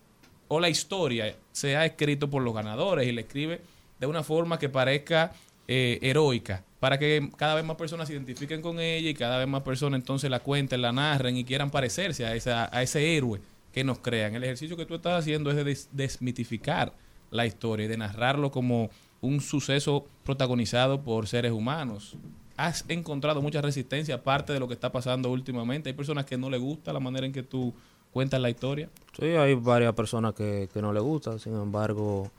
o la historia se ha escrito por los ganadores y la escribe de una forma que parezca heroica, para que cada vez más personas se identifiquen con ella y cada vez más personas entonces la cuenten, la narren y quieran parecerse a ese héroe que nos crean. El ejercicio que tú estás haciendo es de desmitificar la historia y de narrarlo como un suceso protagonizado por seres humanos. ¿Has encontrado mucha resistencia aparte de lo que está pasando últimamente? ¿Hay personas que no les gusta la manera en que tú cuentas la historia? Sí, hay varias personas que no les gusta. Sin embargo,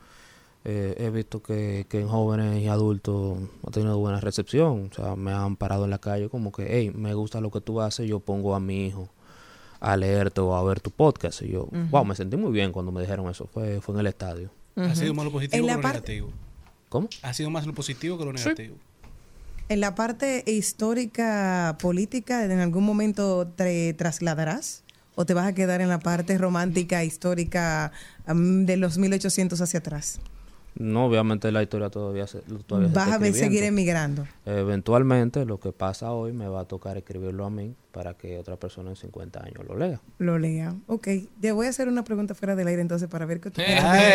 he visto que en jóvenes y adultos ha tenido buena recepción. O sea, me han parado en la calle como que, hey, me gusta lo que tú haces, yo pongo a mi hijo a leerte o a ver tu podcast. Y yo, wow, me sentí muy bien cuando me dijeron eso. Fue en el estadio. ¿Ha sido más lo positivo que lo negativo? ¿Cómo? ¿Ha sido más lo positivo que lo negativo? Sí. En la parte histórica, política, ¿en algún momento te trasladarás? ¿O te vas a quedar en la parte romántica, histórica, de los 1800 hacia atrás? No, obviamente la historia todavía se ¿Vas a seguir emigrando? Eventualmente, lo que pasa hoy me va a tocar escribirlo a mí para que otra persona en 50 años lo lea. Lo lea. Ok. Te voy a hacer una pregunta fuera del aire entonces para ver qué tú Ok. Te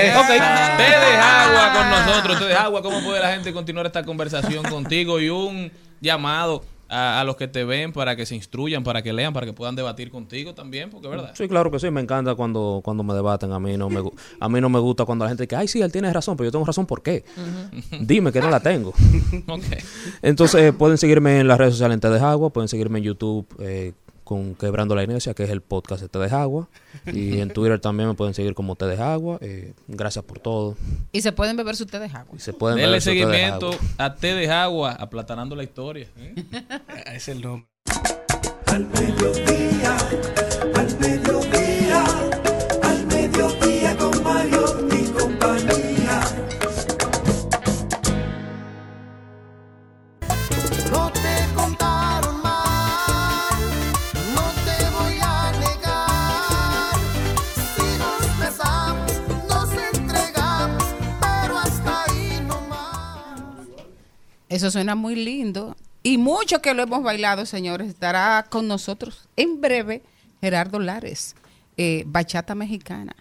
deja agua con nosotros. Te deja agua. ¿Cómo puede la gente continuar esta conversación contigo? Y un llamado a los que te ven para que se instruyan, para que lean, para que puedan debatir contigo también, porque es verdad. Sí, claro que sí, me encanta cuando me debaten. A mí no me gusta cuando la gente dice, ay, sí, él tiene razón, pero yo tengo razón, ¿por qué? Dime que no la tengo. Entonces, pueden seguirme en las redes sociales en Te Deja Agua, pueden seguirme en YouTube con Quebrando la Inercia, que es el podcast de Te Deja Agua, y en Twitter también me pueden seguir como Te Deja Agua. Gracias por todo. Y se pueden beber su té de agua. Denle seguimiento a Te Deja Agua, aplatanando la historia. Ese es el nombre. Al mediodía, al mediodía, al mediodía con Mario y compañía. No te contaron mal, no te voy a negar. Si nos besamos, nos entregamos, pero hasta ahí nomás. Eso suena muy lindo. Y mucho que lo hemos bailado, señores. Estará con nosotros en breve Gerardo Lares, bachata mexicana.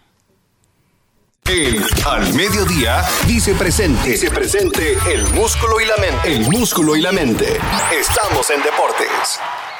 Al mediodía dice presente. Dice presente el músculo y la mente. El músculo y la mente. Estamos en deportes.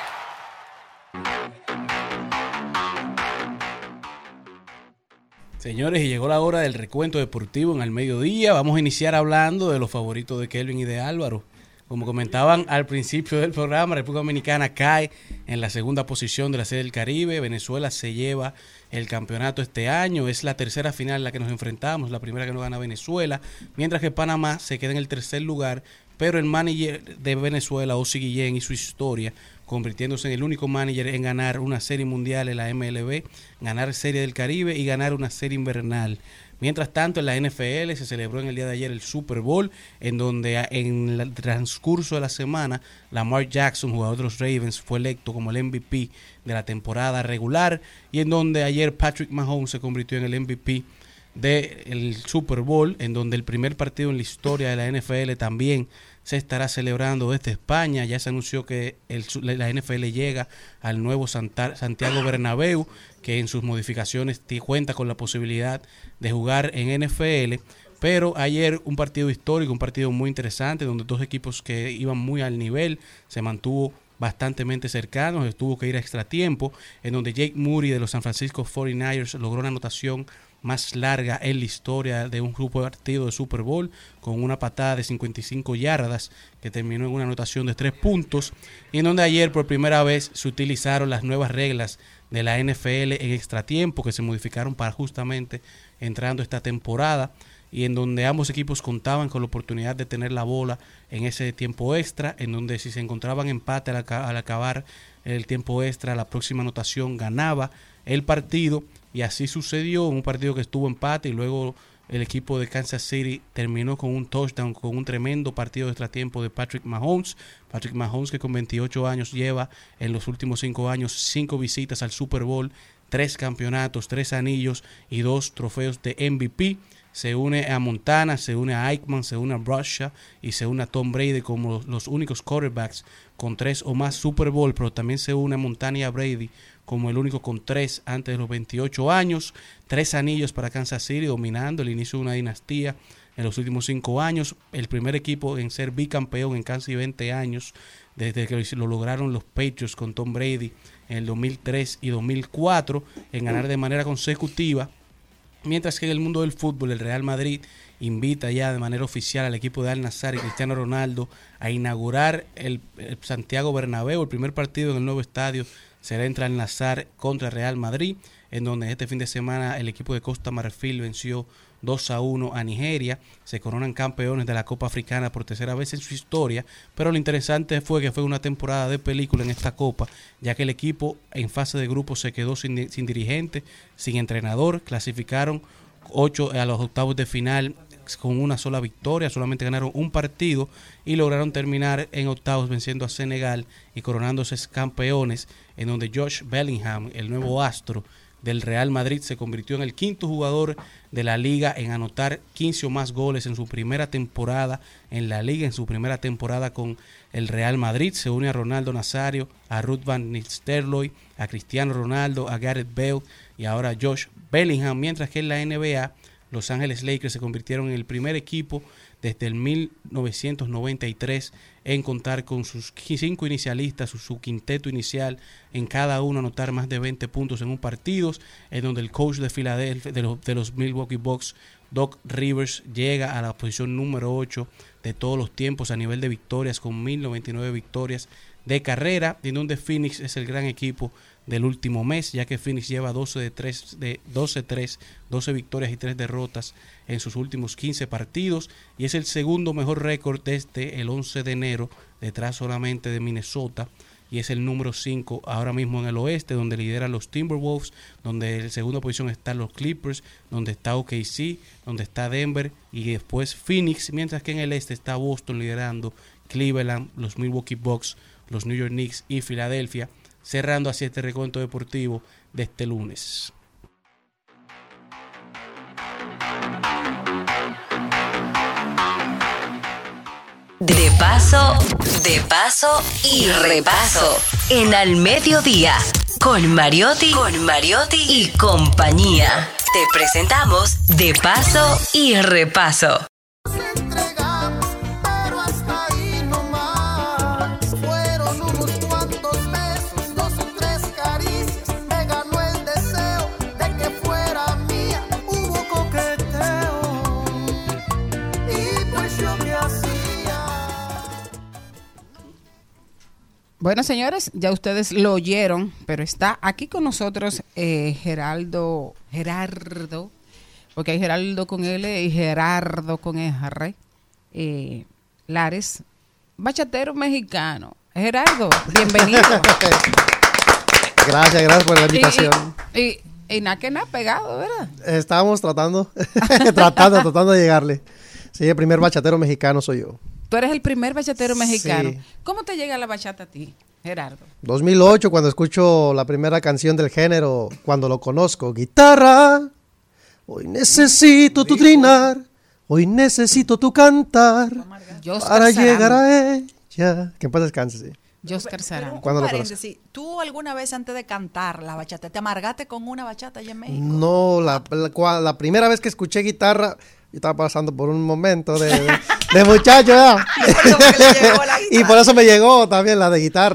Señores, y llegó la hora del recuento deportivo en Al Mediodía. Vamos a iniciar hablando de los favoritos de Kelvin y de Álvaro. Como comentaban al principio del programa, República Dominicana cae en la segunda posición de la Serie del Caribe. Venezuela se lleva el campeonato este año. Es la tercera final en la que nos enfrentamos, la primera que no gana Venezuela. Mientras que Panamá se queda en el tercer lugar. Pero el manager de Venezuela, Ozzy Guillén, y su historia, convirtiéndose en el único manager en ganar una serie mundial en la MLB, ganar Serie del Caribe y ganar una serie invernal. Mientras tanto, en la NFL se celebró en el día de ayer el Super Bowl, en donde en el transcurso de la semana, Lamar Jackson, jugador de los Ravens, fue electo como el MVP de la temporada regular, y en donde ayer Patrick Mahomes se convirtió en el MVP del Super Bowl, en donde el primer partido en la historia de la NFL también se estará celebrando desde España. Ya se anunció que la NFL llega al nuevo Santiago Bernabéu, que en sus modificaciones cuenta con la posibilidad de jugar en NFL. Pero ayer un partido histórico, un partido muy interesante, donde dos equipos que iban muy al nivel, se mantuvo bastante cercanos, tuvo que ir a extra tiempo, en donde Jake Moody de los San Francisco 49ers logró una anotación más larga en la historia de un grupo de partido de Super Bowl, con una patada de 55 yardas que terminó en una anotación de 3 puntos, y en donde ayer por primera vez se utilizaron las nuevas reglas de la NFL en extratiempo, que se modificaron para justamente entrando esta temporada, y en donde ambos equipos contaban con la oportunidad de tener la bola en ese tiempo extra, en donde si se encontraban empate al acabar el tiempo extra, la próxima anotación ganaba el partido, y así sucedió, un partido que estuvo empate, y luego el equipo de Kansas City terminó con un touchdown, con un tremendo partido de extratiempo de Patrick Mahomes, que con 28 años lleva en los últimos 5 años 5 visitas al Super Bowl, 3 campeonatos, 3 anillos y 2 trofeos de MVP. Se une a Montana, se une a Aikman, se une a Bradshaw y se une a Tom Brady como los únicos quarterbacks con 3 o más Super Bowl, pero también se une a Montana y a Brady como el único con 3 antes de los 28 años, 3 anillos para Kansas City, dominando el inicio de una dinastía en los últimos 5 años, el primer equipo en ser bicampeón en casi 20 años, desde que lo lograron los Patriots con Tom Brady en el 2003 y 2004, en ganar de manera consecutiva. Mientras que en el mundo del fútbol, el Real Madrid invita ya de manera oficial al equipo de Al-Nassr y Cristiano Ronaldo a inaugurar el Santiago Bernabéu. El primer partido en el nuevo estadio será entre Al-Nassr contra Real Madrid, en donde este fin de semana el equipo de Costa Marfil venció 2-1 a Nigeria. Se coronan campeones de la Copa Africana por tercera vez en su historia, pero lo interesante fue que fue una temporada de película en esta Copa, ya que el equipo en fase de grupo se quedó sin dirigente, sin entrenador. Clasificaron 8 a los octavos de final con una sola victoria, solamente ganaron un partido y lograron terminar en octavos venciendo a Senegal y coronándose campeones, en donde Josh Bellingham, el nuevo astro del Real Madrid, se convirtió en el 5º jugador de la liga en anotar 15 o más goles en su primera temporada en la liga, en su primera temporada con el Real Madrid. Se une a Ronaldo Nazario, a Ruud van Nistelrooy, a Cristiano Ronaldo, a Gareth Bale y ahora a Josh Bellingham, mientras que en la NBA Los Ángeles Lakers se convirtieron en el primer equipo desde el 1993 en contar con sus 5 inicialistas, su quinteto inicial, en cada uno anotar más de 20 puntos en un partido, en donde el coach de Filadelfia, de los Milwaukee Bucks, Doc Rivers, llega a la posición número 8 de todos los tiempos a nivel de victorias, con 1099 victorias de carrera, en donde Phoenix es el gran equipo del último mes, ya que Phoenix lleva 12 victorias y 3 derrotas en sus últimos 15 partidos, y es el segundo mejor récord desde el 11 de enero, detrás solamente de Minnesota, y es el número 5 ahora mismo en el oeste, donde lideran los Timberwolves, donde en segunda posición están los Clippers, donde está OKC, donde está Denver y después Phoenix, mientras que en el este está Boston liderando, Cleveland, los Milwaukee Bucks, los New York Knicks y Filadelfia, cerrando así este recuento deportivo de este lunes. De paso y repaso. En Al Mediodía, con Mariotti y compañía. Te presentamos De Paso y Repaso. Bueno, señores, ya ustedes lo oyeron, pero está aquí con nosotros Gerardo, porque hay Gerardo con L y Gerardo con R, Lares, bachatero mexicano. Gerardo, bienvenido. Gracias por la invitación. Y nada que nada pegado, ¿verdad? Estábamos tratando de llegarle. Sí, el primer bachatero mexicano soy yo. Tú eres el primer bachatero mexicano. Sí. ¿Cómo te llega la bachata a ti, Gerardo? 2008, cuando escucho la primera canción del género, cuando lo conozco. Guitarra, hoy necesito tu trinar, hoy necesito tu cantar, para llegar a ella. Que en paz descanse, sí. Oscar Sarán. ¿Cuándo lo paréntesis, ¿tú alguna vez antes de cantar la bachata, te amargaste con una bachata allá en México? No, la primera vez que escuché guitarra, yo estaba pasando por un momento de muchacho, ¿ya? Y por eso me llegó también la de guitarra.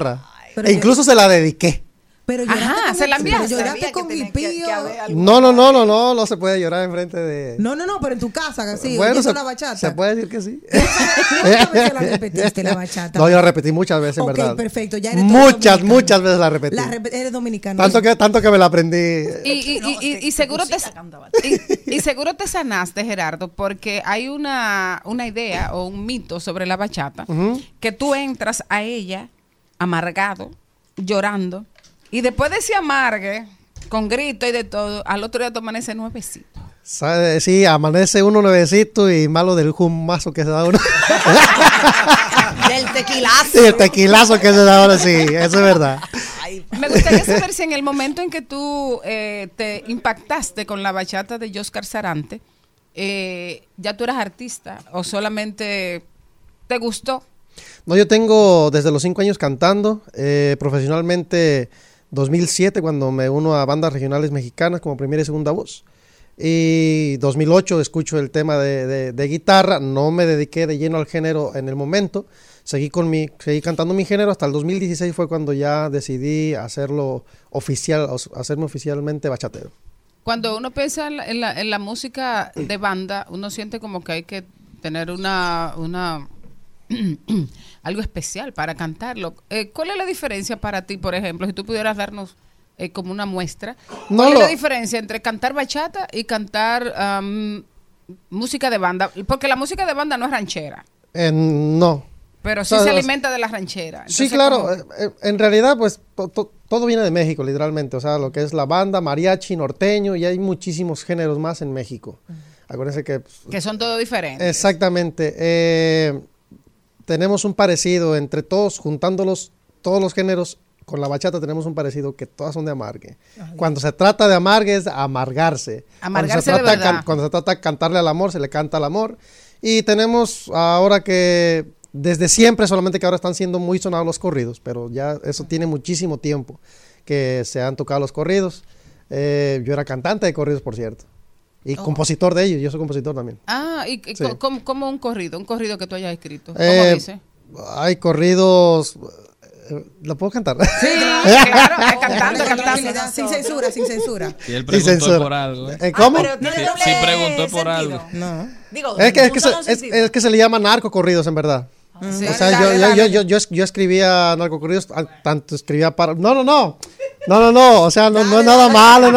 E incluso se la dediqué. Pero Ajá, se la enviaste. Lloraste con hipío. No se puede llorar enfrente de... No, pero en tu casa, sí, bueno, oyendo la bachata. Se puede decir que sí. ¿Cuántas veces la repetiste, la bachata? No, yo la repetí muchas veces, en verdad. Ok, perfecto, ya eres muchas veces la repetí. Eres dominicano. Tanto que me la aprendí. Y seguro te sanaste, Gerardo, porque hay una idea o un mito sobre la bachata, que tú entras a ella amargado, llorando, y después de ese amargue, con grito y de todo, al otro día tú amaneces nuevecito. Sí, amanece uno nuevecito y malo del humazo que se da uno. Del tequilazo. Sí, el tequilazo que se da ahora, sí, eso es verdad. Me gustaría saber si en el momento en que tú te impactaste con la bachata de Jóscar Sarante, ya tú eras artista o solamente te gustó. No, yo tengo desde los 5 años cantando, profesionalmente 2007 cuando me uno a bandas regionales mexicanas como primera y segunda voz. Y 2008 escucho el tema de guitarra, no me dediqué de lleno al género en el momento, seguí cantando mi género hasta el 2016 fue cuando ya decidí hacerme oficialmente bachatero. Cuando uno piensa en la música de banda, uno siente como que hay que tener una algo especial para cantarlo. ¿Cuál es la diferencia para ti, por ejemplo, si tú pudieras darnos como una muestra? ¿Cuál es la diferencia entre cantar bachata y cantar música de banda? Porque la música de banda no es ranchera. No. Pero sí se alimenta de la ranchera. Entonces, sí, claro. En realidad, pues, todo viene de México, literalmente. O sea, lo que es la banda, mariachi, norteño, y hay muchísimos géneros más en México. Acuérdense que... que son todos diferentes. Exactamente. Tenemos un parecido entre todos, juntándolos, todos los géneros, con la bachata tenemos un parecido que todas son de amargue. Cuando se trata de amargue es amargarse. Amargarse de verdad. Cuando se trata de cantarle al amor, se le canta al amor. Y tenemos ahora que, desde siempre, solamente que ahora están siendo muy sonados los corridos, pero ya eso tiene muchísimo tiempo que se han tocado los corridos. Yo era cantante de corridos, por cierto. Y compositor de ellos, yo soy compositor también. ¿Y sí. ¿Cómo un corrido que tú hayas escrito? ¿Cómo dice? Hay corridos... ¿Lo puedo cantar? Sí, claro, cantando. Sin censura. Si él preguntó por algo. ¿Cómo? Si preguntó por algo. No. Digo, es que se le llama narcocorridos, en verdad. Sí, o sea, yo escribía narcocorridos, tanto escribía para... No, o sea, no es nada malo,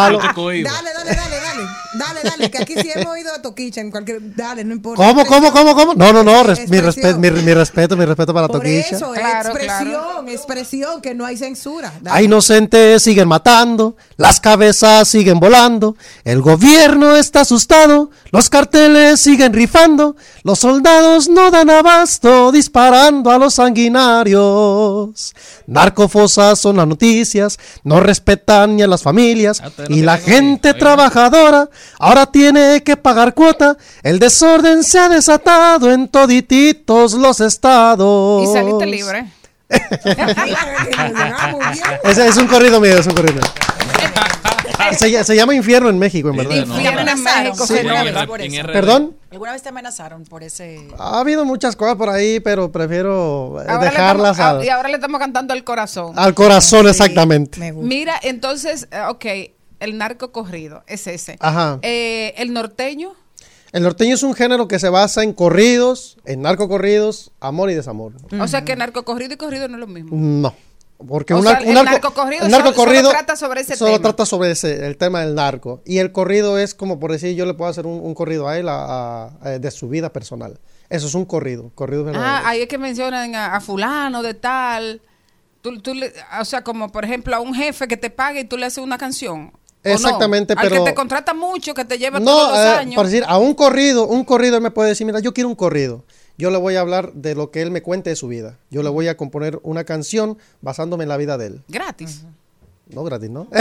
Dale, que aquí sí hemos ido a Toquicha en cualquier... Dale, no importa. ¿Cómo? No, mi respeto para Toquicha. Por eso, expresión, que no hay censura. Dale. A inocentes siguen matando, las cabezas siguen volando, el gobierno está asustado, los carteles siguen rifando, los soldados no dan abasto disparando a los sanguinarios. Narcofosas son las noticias, no respetan ni a las familias y la gente trabajadora ahora tiene que pagar cuota. El desorden se ha desatado en todititos los estados. Y saliste libre. Ese es un corrido mío, Se llama Infierno en México, en verdad. Infierno en México. Sí. ¿Perdón? ¿Alguna vez te amenazaron por ese...? Ha habido muchas cosas por ahí, pero prefiero dejarlas y ahora le estamos cantando al corazón. Al corazón, sí, exactamente. Mira, entonces, el narco corrido es ese. Ajá. ¿El norteño? El norteño es un género que se basa en corridos, en narcocorridos, amor y desamor. O sea que narcocorrido y corrido no es lo mismo. No. Porque el narcocorrido solo trata sobre ese tema. Solo trata sobre el tema del narco. Y el corrido es como por decir, yo le puedo hacer un corrido a él de su vida personal. Eso es un corrido. Ahí es que mencionan a fulano de tal. O sea, como por ejemplo a un jefe que te pague y tú le haces una canción. Exactamente, no? pero... Al que te contrata mucho, que te lleva todos los años. Por decir, a un corrido él me puede decir, mira, yo quiero un corrido. Yo le voy a hablar de lo que él me cuente de su vida. Yo le voy a componer una canción basándome en la vida de él. ¿Gratis? No, gratis, ¿no?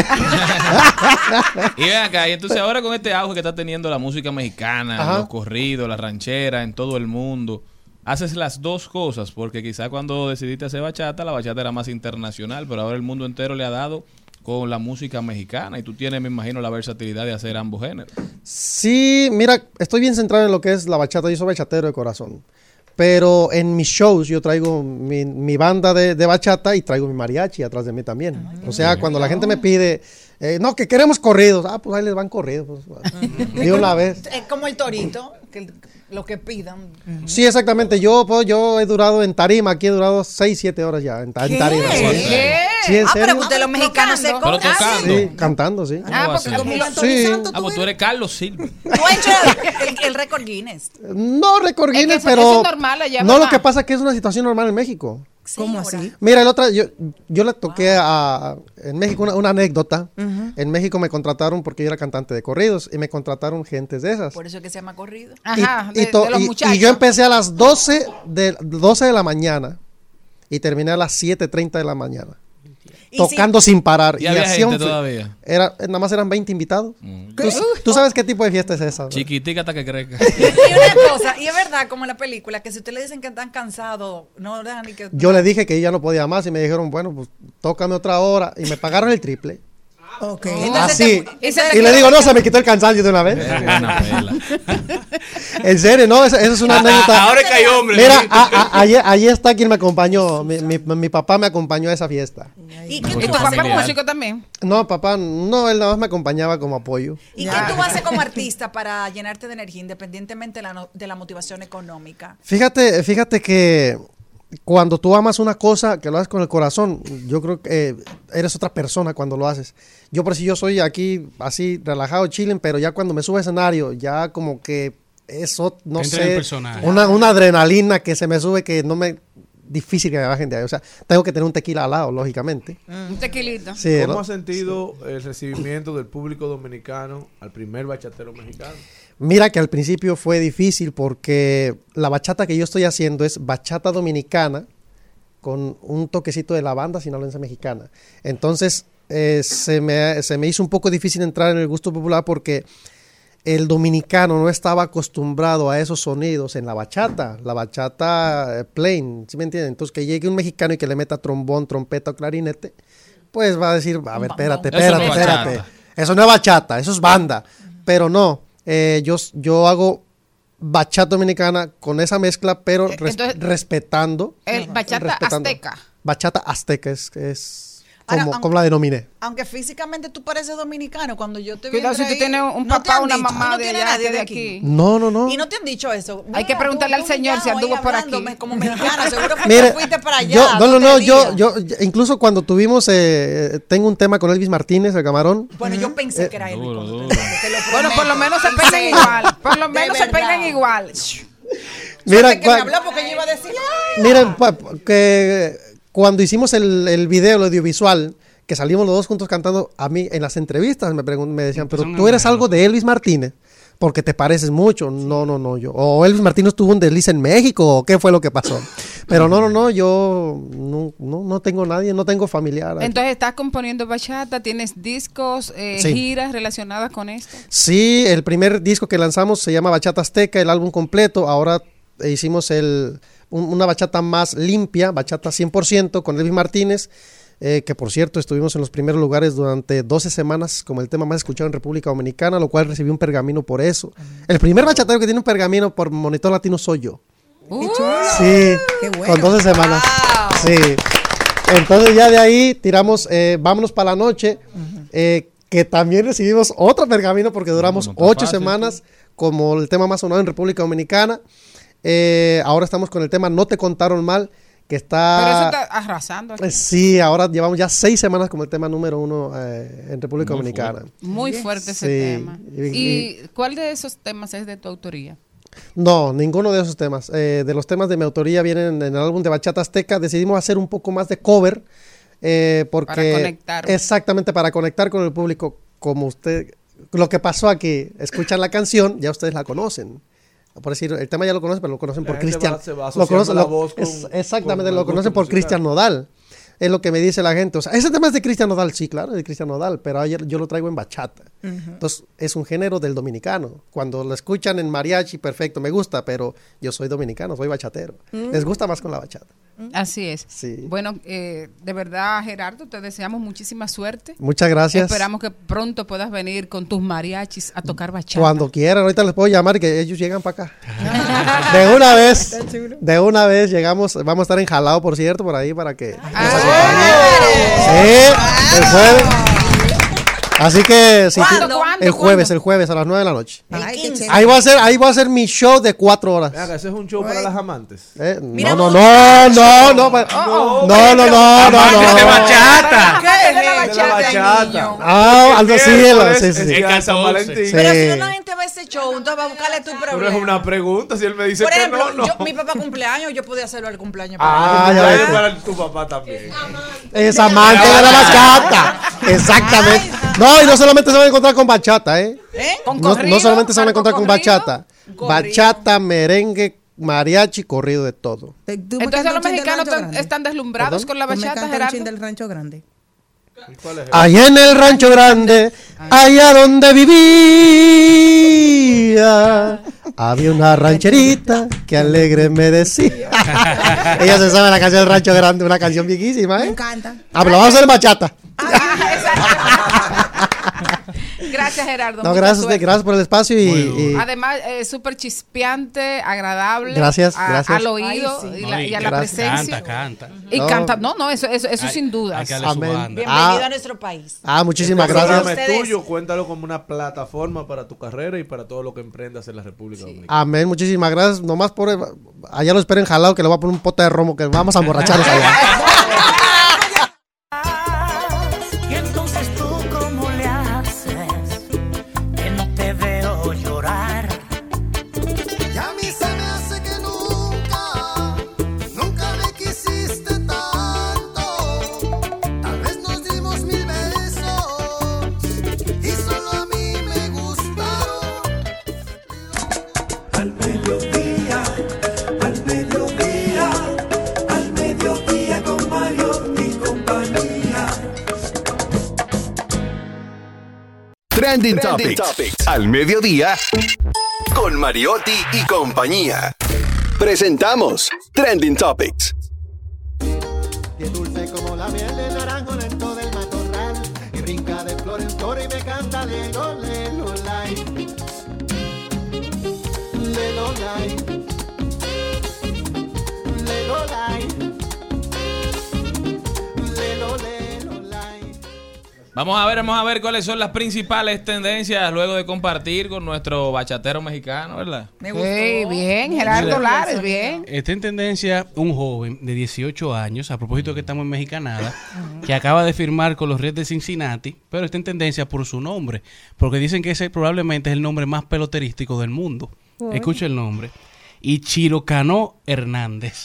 Y ven acá, y entonces ahora con este auge que está teniendo la música mexicana, los corridos, la ranchera, en todo el mundo, haces las dos cosas, porque quizá cuando decidiste hacer bachata, la bachata era más internacional, pero ahora el mundo entero le ha dado con la música mexicana y tú tienes, me imagino, la versatilidad de hacer ambos géneros. Sí, mira, estoy bien centrado en lo que es la bachata. Yo soy bachatero de corazón. Pero en mis shows yo traigo mi banda de bachata y traigo mi mariachi atrás de mí también. O sea, cuando la gente me pide, no, que queremos corridos. Pues ahí les van corridos. Pues, de una vez. Es como el torito, lo que pidan. Sí, exactamente. Yo he durado en tarima, aquí he durado 6, 7 horas ya en tarima. ¿Qué? Sí, en serio. Pero ustedes los mexicanos se Pero tocando. Sí, cantando, sí. Pues tú eres Carlos Silva. Tú has hecho el récord Guinness. No récord Guinness, eso pero es normal allá, no, ¿verdad? lo que pasa es que es una situación normal en México. ¿Cómo así? Mira, yo le toqué en México una anécdota. En México me contrataron porque yo era cantante de corridos y me contrataron gentes de esas. Por eso es que se llama corrido. Ajá, Y de los muchachos. y yo empecé a las 12 de la mañana y terminé a las 7:30 de la mañana. Tocando sin parar. ¿Y había hacía gente todavía? Nada más eran 20 invitados. ¿Tú sabes qué tipo de fiesta es esa? Chiquitica hasta que crezca. Y una cosa, y es verdad, como en la película, que si usted le dicen que están cansados, no dejan ni que... Yo le dije que ya no podía más y me dijeron, bueno, pues tócame otra hora. Y me pagaron el triple. Ok. Así. Y le digo, no, se me quitó el cansancio de una vez. En serio, no, esa es una anécdota. Ahora que hay hombres. Mira, allí está quien me acompañó. Mi papá me acompañó a esa fiesta. ¿Y qué ¿Y tu tú papá haces? es músico también? No, papá, no, él nada más me acompañaba como apoyo. ¿Y qué tú haces como artista para llenarte de energía, independientemente de la motivación económica? Fíjate que cuando tú amas una cosa, que lo haces con el corazón, yo creo que eres otra persona cuando lo haces. Yo por si yo soy aquí así relajado, chilling, pero ya cuando me subo a escenario, ya como que eso, no Entra en el sé, personaje. una adrenalina que se me sube que no me... Difícil que me bajen de ahí. O sea, tengo que tener un tequila al lado, lógicamente. Un tequilito. Sí, ¿Cómo ¿no? ha sentido el recibimiento del público dominicano al primer bachatero mexicano? Mira que al principio fue difícil porque la bachata que yo estoy haciendo es bachata dominicana con un toquecito de la banda sinaloense mexicana. Entonces se me hizo un poco difícil entrar en el gusto popular porque el dominicano no estaba acostumbrado a esos sonidos en la bachata plain, ¿sí me entienden? Entonces que llegue un mexicano y que le meta trombón, trompeta o clarinete, pues va a decir, a ver, espérate. Eso no es bachata, eso es banda. Pero no, yo hago bachata dominicana con esa mezcla, pero Entonces, respetando. Bachata azteca. Bachata azteca es Ahora, como la denominé. Aunque físicamente tú pareces dominicano, cuando yo te vi Cuidado si tú tienes un papá o una mamá de allá, nadie de aquí. No. Y no te han dicho eso. Hay que preguntarle al señor si anduvo por aquí. Como mexicano, seguro fue Mire, que fuiste para allá. yo incluso cuando tuvimos, tengo un tema con Elvis Martínez, el camarón. Bueno, yo pensé que era él. Bueno, por lo menos se peinan igual. Por lo menos se peinan igual. Mira, que me habló porque yo iba a decir, miren, que cuando hicimos el video, el audiovisual, que salimos los dos juntos cantando, a mí en las entrevistas me decían, pero tú eres algo de Elvis Martínez, porque te pareces mucho. No, o Elvis Martínez tuvo un desliz en México, o qué fue lo que pasó. Pero no, yo no tengo nadie, no tengo familiar. Entonces, ¿estás componiendo bachata? ¿Tienes discos, Sí. giras relacionadas con esto? Sí, el primer disco que lanzamos se llama Bachata Azteca, el álbum completo. Ahora hicimos una bachata más limpia, bachata 100% con Elvis Martínez, que por cierto estuvimos en los primeros lugares durante 12 semanas como el tema más escuchado en República Dominicana, lo cual recibí un pergamino por eso. El primer bachatero que tiene un pergamino por Monitor Latino soy yo. Sí, Qué bueno. con 12 semanas. Sí. Entonces ya de ahí tiramos Vámonos para la noche, que también recibimos otro pergamino porque duramos 8 semanas como el tema más sonado en República Dominicana. Ahora estamos con el tema No te contaron mal, que está... Pero eso está arrasando aquí. Sí, ahora llevamos ya 6 semanas como el tema número 1 en República Dominicana. Muy fuerte ese Sí. tema. ¿Y cuál de esos temas es de tu autoría? No, ninguno de esos temas. De los temas de mi autoría vienen en el álbum de Bachata Azteca. Decidimos hacer un poco más de cover porque... Para conectar. Exactamente, para conectar con el público. Como usted... Lo que pasó aquí, escuchan la canción, ya ustedes la conocen. Por decir, el tema ya lo conocen, pero lo conocen por Cristian. Exactamente, lo conocen por Cristian Nodal. Es lo que me dice la gente. O sea, ese tema es de Cristian Nodal, sí, claro, es de Cristian Nodal, pero ayer yo lo traigo en bachata. Entonces, es un género del dominicano. Cuando lo escuchan en mariachi, perfecto, me gusta, pero yo soy dominicano, soy bachatero. Les gusta más con la bachata. Así es. Sí. Bueno, de verdad, Gerardo, te deseamos muchísima suerte. Muchas gracias. Esperamos que pronto puedas venir con tus mariachis a tocar bachata. Cuando quieran, ahorita les puedo llamar y que ellos llegan para acá. De una vez llegamos, vamos a estar en Jalao, por cierto, por ahí para que nos acompañen. Sí, el jueves. Así que sí, ¿Cuándo? el jueves a las 9 de la noche. Ay, qué chévere. Ahí va a ser mi show de 4 horas. Venga, ese es un show para las amantes. No. de bachata. ¿Qué es de la bachata? Algo así. Es día de San Valentín. Pero si una gente va a ese show, entonces va a buscarle tu Pero problema. es una pregunta, si él me dice Por que ejemplo, no. mi papá cumpleaños, yo podía hacerlo al cumpleaños. Ya para tu papá también. Es amante de la bachata. Exactamente. No, y no solamente se van a encontrar con bachata, No solamente se van a encontrar con bachata. Bachata, merengue, mariachi, corrido de todo. Entonces los mexicanos están deslumbrados con la bachata, Gerardo. Del Rancho Grande. Allá en el Rancho Grande, allá donde vivía, había una rancherita que alegre me decía. Ella se sabe la canción del Rancho Grande, una canción viejísima, Me encanta. Pero vamos a hacer bachata. Gracias, Gerardo. No, gracias por el espacio y además súper chispeante, agradable. Gracias. Al oído y a la presencia. Canta. Y canta. Eso sin duda. Bienvenido a nuestro país. Muchísimas Este gracias. programa es tuyo, cuéntalo como una plataforma para tu carrera y para todo lo que emprendas en la República Dominicana. Amén, muchísimas gracias. Nomás allá lo esperen jalado que le voy a poner un pote de romo que vamos a emborracharnos allá. Y entonces tú cómo le haces, que no te veo llorar. Y a mí se me hace que nunca me quisiste tanto. Tal vez nos dimos 1000 besos y solo a mí me gustaron. Al mediodía, al mediodía, al mediodía con Mariotti y compañía. Trending Topics. Al mediodía con Mariotti y compañía. Presentamos Trending Topics. Y es dulce como la miel de naranjo lento del matorral. Y brinca de flor en flor y me canta lelo, lelo, lai. Lelo, lai. Lelo, lai. Lelo, lelo, lai. Vamos a ver cuáles son las principales tendencias luego de compartir con nuestro bachatero mexicano, ¿verdad? Me gustó. Bien, Gerardo Lares, bien. Está en tendencia un joven de 18 años, a propósito que estamos en Mexicanada, que acaba de firmar con los Reds de Cincinnati, pero está en tendencia por su nombre, porque dicen que ese probablemente es el nombre más peloterístico del mundo. Escucha el nombre. Ichiro Cano Hernández.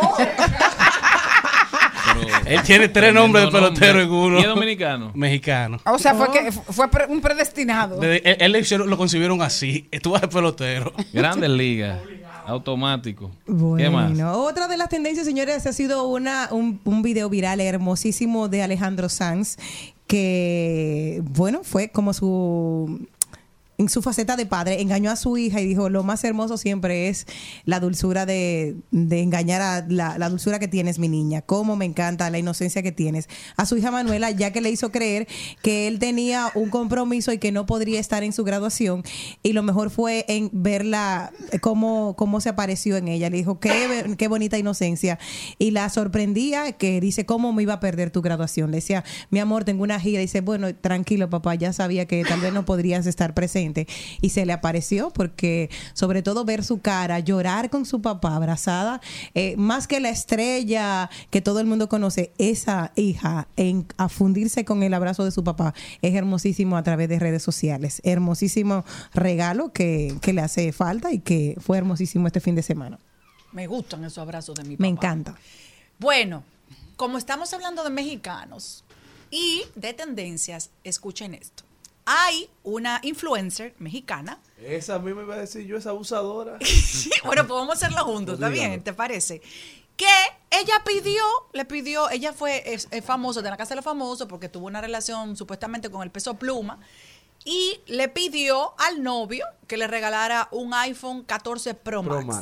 Él tiene 3 nombres de pelotero en uno. ¿Y es dominicano? Mexicano. O sea, fue un predestinado. Él lo concibieron así. Estuvo de pelotero. Grandes ligas. Automático. Bueno, ¿Qué más? otra de las tendencias, señores, ha sido un video viral hermosísimo de Alejandro Sanz, que, bueno, fue como en su faceta de padre, engañó a su hija y dijo, lo más hermoso siempre es la dulzura de engañar a la dulzura que tienes, mi niña. Cómo me encanta la inocencia que tienes. A su hija Manuela, ya que le hizo creer que él tenía un compromiso y que no podría estar en su graduación, y lo mejor fue en verla, cómo se apareció en ella. Le dijo, qué bonita inocencia. Y la sorprendía, que dice, ¿cómo me iba a perder tu graduación? Le decía, mi amor, tengo una gira. Y dice, bueno, tranquilo, papá, ya sabía que tal vez no podrías estar presente. Y se le apareció, porque sobre todo ver su cara, llorar con su papá abrazada, más que la estrella que todo el mundo conoce, esa hija a fundirse con el abrazo de su papá, es hermosísimo a través de redes sociales. Hermosísimo regalo que le hace falta y que fue hermosísimo este fin de semana. Me gustan esos abrazos de mi papá. Me encanta. Bueno, como estamos hablando de mexicanos y de tendencias, escuchen esto. Hay una influencer mexicana. Esa a mí me iba a decir yo, esa abusadora. Bueno, pues vamos a hacerlo juntos, ¿está bien? ¿Te parece? Que ella ella es famosa, de la Casa de los Famosos, porque tuvo una relación supuestamente con el Peso Pluma, y le pidió al novio que le regalara un iPhone 14 Pro Max.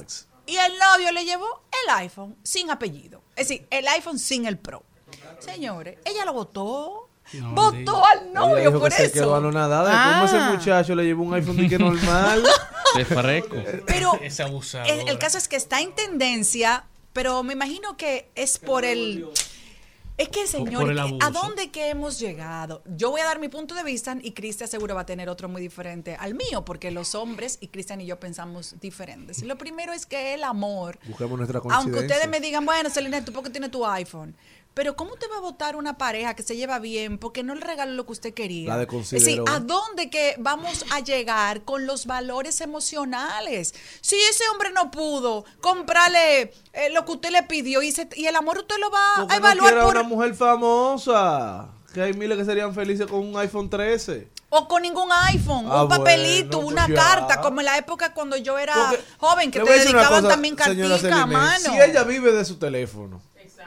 Y el novio le llevó el iPhone sin apellido. Es decir, el iPhone sin el Pro. Señores, ella lo votó. Votó al novio ella dijo por que eso. se quedó anonadada. ¿Cómo ese muchacho le llevó un iPhone de que normal? Es fresco. Pero es abusador. El caso es que está en tendencia, pero me imagino que es por el... Es que, señor, ¿a dónde que hemos llegado? Yo voy a dar mi punto de vista y Cristian seguro va a tener otro muy diferente al mío, porque los hombres y Cristian y yo pensamos diferentes. Lo primero es que el amor, busquemos nuestra coincidencia. aunque ustedes me digan, bueno, Celina, ¿tú por qué tienes tu iPhone? Pero ¿cómo te va a votar una pareja que se lleva bien porque no le regaló lo que usted quería? La de consideró. ¿A dónde que vamos a llegar con los valores emocionales? Si ese hombre no pudo comprarle lo que usted le pidió y el amor usted lo va a evaluar no por... una mujer famosa. Que hay miles que serían felices con un iPhone 13. O con ningún iPhone, un papelito, una carta, como en la época cuando yo era joven, que te dedicaban también cartica a mano. Si ella vive de su teléfono,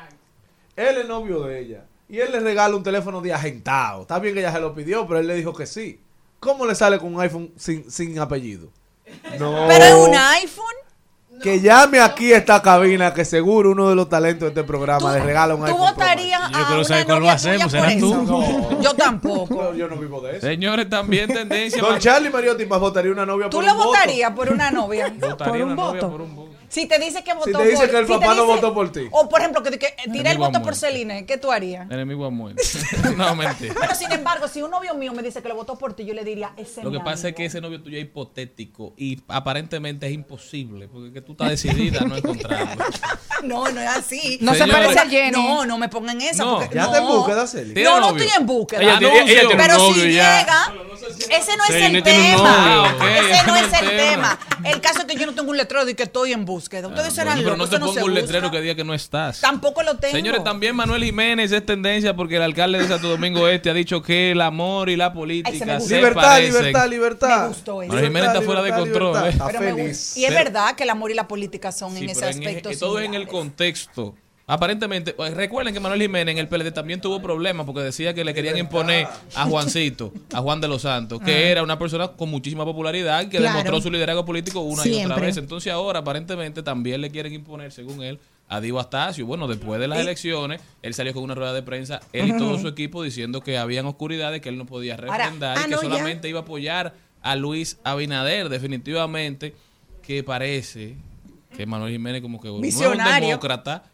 él es novio de ella y él le regala un teléfono de agentado. Está bien que ella se lo pidió, pero él le dijo que sí. ¿Cómo le sale con un iPhone sin apellido? No. Pero es un iPhone. Que llame aquí a esta cabina, que seguro uno de los talentos de este programa le regala un iPhone. ¿Tú votarías a yo quiero saber cuál lo hacemos? ¿Serás tú? No. Yo tampoco. Yo no vivo de eso. Señores, también tendencia. Don Charlie Mariotti más votaría una novia por un voto. ¿Tú lo votarías por una novia? Votaría una novia por un voto. Si te dice que votó si te dice que el papá no votó por ti. O por ejemplo, que tiré el voto por Celine, ¿qué tú harías? Enemigo a muerte. No, mentira. Pero sin embargo, si un novio mío me dice que lo votó por ti, yo le diría, ese Lo que pasa es que ese novio tuyo es hipotético y aparentemente es imposible, porque que tú estás decidida a no encontrarlo. No es así. No se parece a Jenny. No me pongan esa. No, porque, ya te en búsqueda, Celine. No estoy en búsqueda. Ella tiene Pero un novio si ya. llega, ese no es Celine el tiene un tema. novio. Ese no es el tema. El caso es que yo no tengo un letrero de que estoy en búsqueda. Ustedes serán Pero locos. no te Eso pongo un se letrero busca. que diga que no estás. Tampoco lo tengo. Señores, también Manuel Jiménez es tendencia porque el alcalde de Santo Domingo Este ha dicho que el amor y la Ese política me se Libertad, parecen. libertad. Me gustó eso. Manuel Jiménez está fuera de control. Libertad. Está Pero feliz. y es verdad que el amor y la política son Sí, en ese pero aspecto. todo es en el contexto. Aparentemente, recuerden que Manuel Jiménez en el PLD también tuvo problemas porque decía que le querían imponer a Juancito, a Juan de los Santos, que era una persona con muchísima popularidad que demostró su liderazgo político una y otra vez. Entonces ahora aparentemente también le quieren imponer, según él, a Divo Astacio. Bueno, después de las elecciones, él salió con una rueda de prensa, él y todo su equipo, diciendo que habían oscuridades, que él no podía refrendar y que solamente iba a apoyar a Luis Abinader. Definitivamente que parece que Manuel Jiménez como que no es un demócrata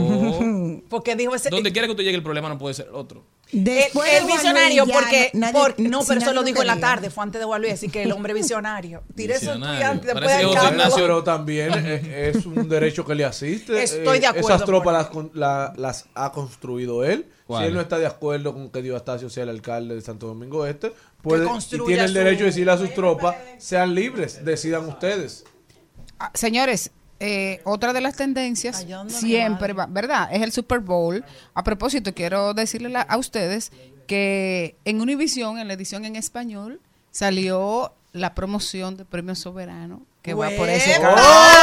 o porque dijo ese, donde quiera que usted llegue el problema no puede ser otro. Después el visionario, porque no, pero eso lo dijo en la quería. tarde, fue antes de Juan Luis, así que el hombre visionario. Tiré esos Visionario. estudiantes después Parece del que cambio. Ignacio- Pero también es un derecho que le asiste. Estoy de acuerdo Esas tropas con las ha construido él. ¿Cuál? Si él no está de acuerdo con que Diego Astacio sea el alcalde de Santo Domingo Este, puede, y construya tiene el su- derecho de decirle a sus tropas, sean libres, decidan ustedes. Señores, otra de las tendencias siempre va, ¿verdad? Es el Super Bowl. A propósito, quiero decirle a ustedes que en Univision, en la edición en español, salió la promoción de Premio Soberano que va por ese canal.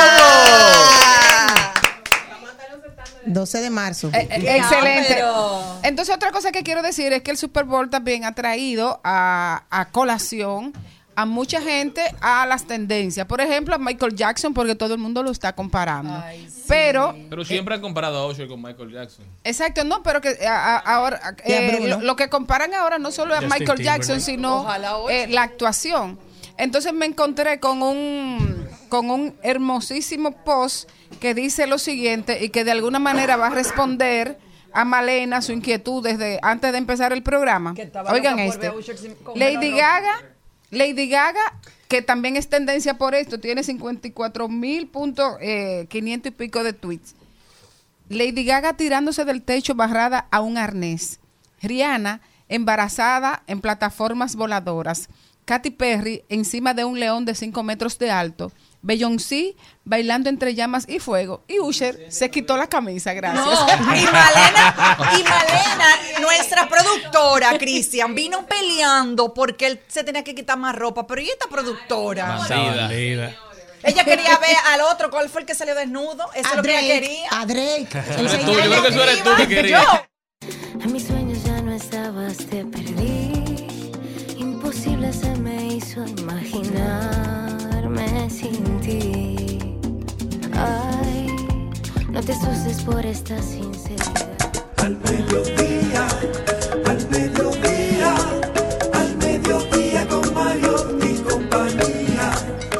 12 de marzo. Excelente. pero- Entonces, otra cosa que quiero decir es que el Super Bowl también ha traído a colación a mucha gente a las tendencias. Por ejemplo, a Michael Jackson, porque todo el mundo lo está comparando. Ay, sí. Pero Siempre han comparado a Usher con Michael Jackson. exacto, no, pero que ahora Y a Bruno. lo que comparan ahora no solo a Justin Michael Jackson, Timberlake. sino Ojalá oye. la actuación. Entonces me encontré con un hermosísimo post que dice lo siguiente y que de alguna manera va a responder a Malena su inquietud desde antes de empezar el programa. Que estaba Oigan loca por este. ver a Usher con Lady menos Gaga, que también es tendencia por esto, tiene 54,500 y pico de tweets. Lady Gaga tirándose del techo barrada a un arnés. Rihanna embarazada en plataformas voladoras. Katy Perry encima de un león de 5 metros de alto. Beyoncé bailando entre llamas y fuego. Y Usher se quitó la camisa, gracias. No, y Malena, nuestra productora, Cristian, vino peleando porque él se tenía que quitar más ropa. Pero ¿y esta productora? Bandida. Ella quería ver al otro, ¿cuál fue el que salió desnudo? Eso es lo que ella quería. A Drake. Eres tú, yo creo que eso eres tú que querías. En mis sueños ya no estabas, te perdí. Imposible se me hizo imaginarme sin ti. Ay, no te asustes por esta sinceridad. Al mediodía, al mediodía, al mediodía con Mariotti y compañía.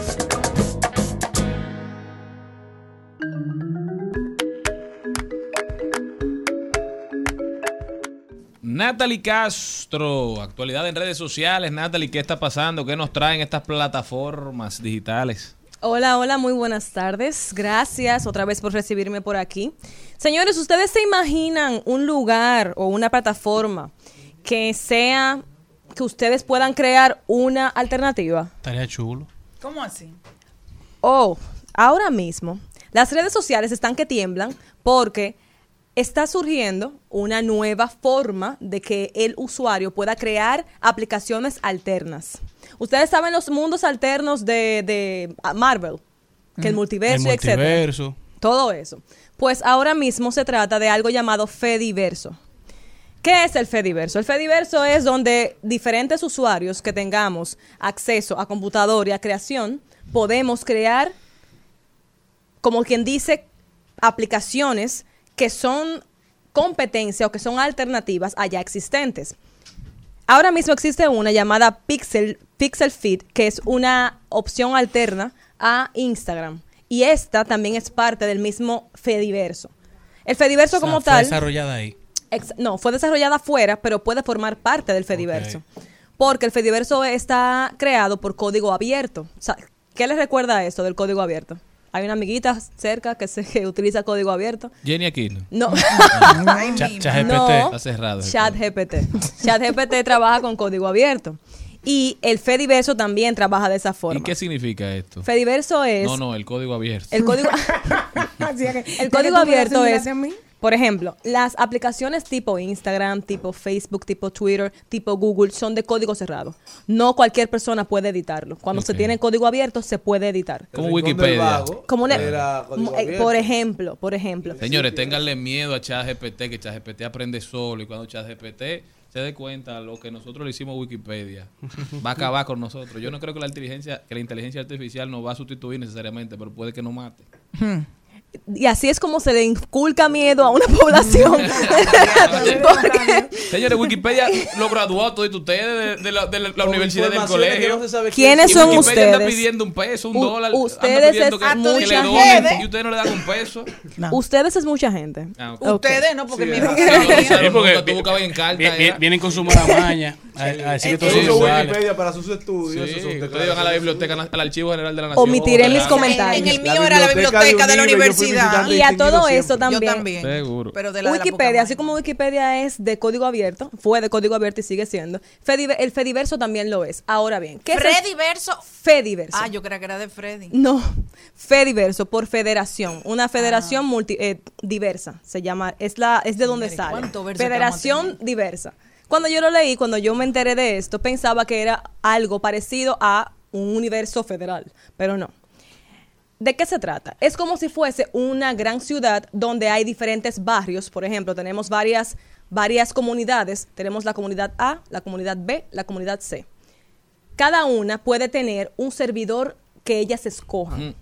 Natalie Castro, actualidad en redes sociales. Natalie, ¿qué está pasando? ¿Qué nos traen estas plataformas digitales? Hola, hola, muy buenas tardes. Gracias otra vez por recibirme por aquí. Señores, ¿ustedes se imaginan un lugar o una plataforma que sea, que ustedes puedan crear una alternativa? Estaría chulo. ¿Cómo así? Oh, ahora mismo las redes sociales están que tiemblan porque está surgiendo una nueva forma de que el usuario pueda crear aplicaciones alternas. Ustedes saben los mundos alternos de Marvel, que el multiverso, etcétera. Todo eso. Pues ahora mismo se trata de algo llamado Fediverso. ¿Qué es el Fediverso? El Fediverso es donde diferentes usuarios que tengamos acceso a computador y a creación, podemos crear, como quien dice, aplicaciones que son competencia o que son alternativas a ya existentes. Ahora mismo existe una llamada Pixel Feed, que es una opción alterna a Instagram. Y esta también es parte del mismo Fediverso. El Fediverso como tal... ¿Fue desarrollada ahí? No, fue desarrollada afuera, pero puede formar parte del Fediverso. Okay. Porque el Fediverso está creado por código abierto. O sea, ¿qué les recuerda a esto del código abierto? Hay una amiguita cerca que utiliza código abierto. Jenny Aquino. No. ChatGPT. No. Está cerrado. ChatGPT. ChatGPT trabaja con código abierto. Y el Fediverso también trabaja de esa forma. ¿Y qué significa esto? Fediverso es... No, el código abierto. El código, el código abierto es... Por ejemplo, las aplicaciones tipo Instagram, tipo Facebook, tipo Twitter, tipo Google son de código cerrado. No cualquier persona puede editarlo. Cuando se tiene código abierto, se puede editar. Como Wikipedia. Como por ejemplo. Señores, ténganle miedo a ChatGPT, que ChatGPT aprende solo. Y cuando ChatGPT se dé cuenta lo que nosotros le hicimos a Wikipedia, va a acabar con nosotros. Yo no creo que la inteligencia artificial nos va a sustituir necesariamente, pero puede que nos mate. Y así es como se le inculca miedo a una población. Señores, Wikipedia lo graduó todos ustedes de la universidad del colegio. ¿Quiénes son Wikipedia ustedes? Anda pidiendo un peso, un dólar. Ustedes es mucha gente. Y ustedes no le dan un peso. No. Ustedes es mucha gente. Okay. Ustedes no, porque porque tú buscabas en carta. Vienen con su maramaña. Así que todos usan Wikipedia para sus estudios. Ustedes iban a la biblioteca, al Archivo General de la Nación. Omitiré mis comentarios. En el mío era la biblioteca de la universidad. Y a todo eso también. Yo también. Seguro. Pero de Wikipedia, así como Wikipedia es de código abierto, fue de código abierto y sigue siendo, el Fediverso también lo es. Ahora bien, ¿qué es Fediverso? Fediverso. Yo creía que era de Freddy. No, Fediverso por federación, una federación diversa, se llama, es de donde sale. Federación diversa. Cuando yo lo leí, cuando yo me enteré de esto, pensaba que era algo parecido a un universo federal, pero no. ¿De qué se trata? Es como si fuese una gran ciudad donde hay diferentes barrios. Por ejemplo, tenemos varias comunidades. Tenemos la comunidad A, la comunidad B, la comunidad C. Cada una puede tener un servidor que ellas escojan.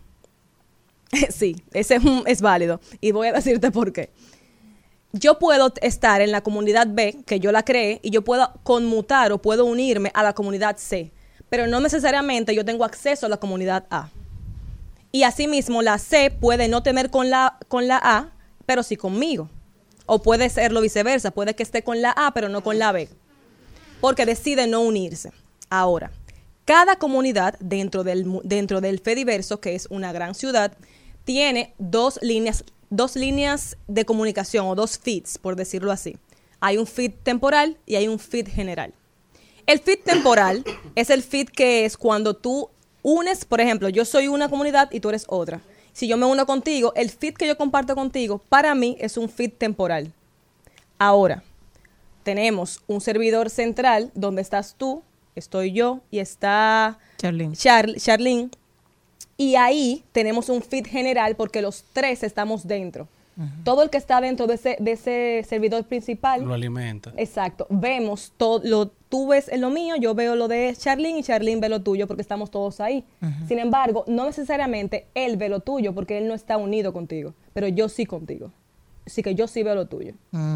Sí, ese es válido. Y voy a decirte por qué. Yo puedo estar en la comunidad B, que yo la creé, y yo puedo conmutar o puedo unirme a la comunidad C. Pero no necesariamente yo tengo acceso a la comunidad A. Y asimismo, la C puede no tener con la A, pero sí conmigo. O puede serlo viceversa. Puede que esté con la A, pero no con la B. Porque decide no unirse. Ahora, cada comunidad dentro del Fediverso, que es una gran ciudad, tiene dos líneas de comunicación o dos feeds, por decirlo así. Hay un feed temporal y hay un feed general. El feed temporal es el feed que es cuando tú unes, por ejemplo, yo soy una comunidad y tú eres otra. Si yo me uno contigo, el feed que yo comparto contigo, para mí es un feed temporal. Ahora, tenemos un servidor central donde estás tú, estoy yo y está Charlene. Y ahí tenemos un feed general porque los tres estamos dentro. Todo el que está dentro de ese servidor principal lo alimenta. Exacto. Vemos todo tú ves en lo mío, yo veo lo de Charlene y Charlene ve lo tuyo porque estamos todos ahí. Sin embargo, no necesariamente él ve lo tuyo porque él no está unido contigo, pero yo sí contigo. Así que yo sí veo lo tuyo.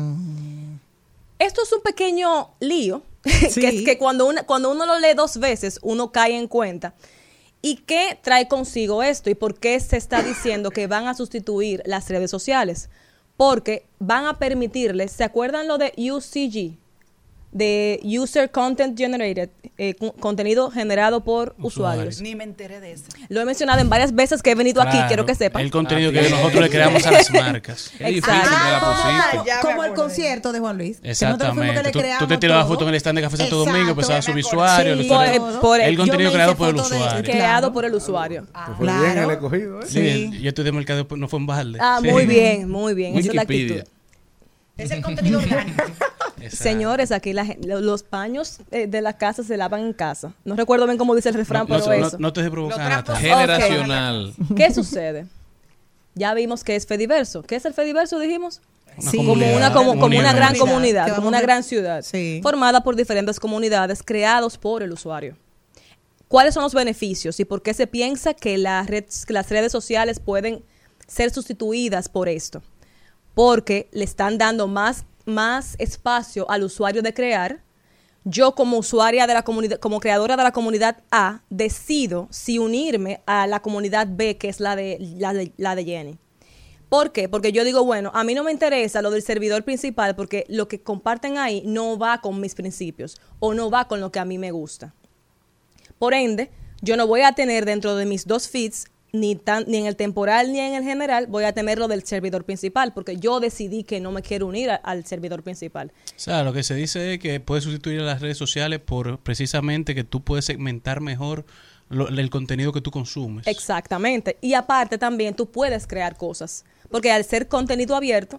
Esto es un pequeño lío, Sí. que es que cuando uno lo lee 2 veces, uno cae en cuenta. ¿Y qué trae consigo esto? ¿Y por qué se está diciendo que van a sustituir las redes sociales? Porque van a permitirles, ¿se acuerdan lo de UCG? De User Content Generated, contenido generado por usuarios. Ni me enteré de eso. Lo he mencionado en varias veces que he venido aquí, Claro, quiero que sepan. el contenido que nosotros le creamos a las marcas. Es difícil que la pusiste. Como el concierto de Juan Luis. Exactamente. Tú te tirabas fotos en el stand de Café Santo Domingo, empezabas a subir usuarios. Sí, el contenido creado por el usuario. Creado por el usuario. Fue bien el escogido, ¿eh? Sí, yo estudié mercado, no fue en balde. Sí. Muy bien, muy bien. Esa es la actitud. Es el contenido orgánico. Señores, aquí los paños de la casa se lavan en casa. No recuerdo bien cómo dice el refrán, pero eso. No te dejes provocar, Natalia. Generacional. ¿Qué sucede? Ya vimos que es Fediverso. ¿Qué es el Fediverso, dijimos? Como una gran comunidad, como una gran ciudad, Sí. formada por diferentes comunidades creados por el usuario. ¿Cuáles son los beneficios y por qué se piensa que las redes sociales pueden ser sustituidas por esto? Porque le están dando más espacio al usuario de crear. Yo como usuaria de la comunidad, como creadora de la comunidad A, decido si unirme a la comunidad B, que es la de Jenny. ¿Por qué? Porque yo digo, bueno, a mí no me interesa lo del servidor principal porque lo que comparten ahí no va con mis principios o no va con lo que a mí me gusta. Por ende, yo no voy a tener dentro de mis 2 feeds ni en el temporal ni en el general voy a tener lo del servidor principal porque yo decidí que no me quiero unir al servidor principal. O sea, lo que se dice es que puedes sustituir a las redes sociales por precisamente que tú puedes segmentar mejor el contenido que tú consumes. Exactamente. Y aparte también tú puedes crear cosas. Porque al ser contenido abierto,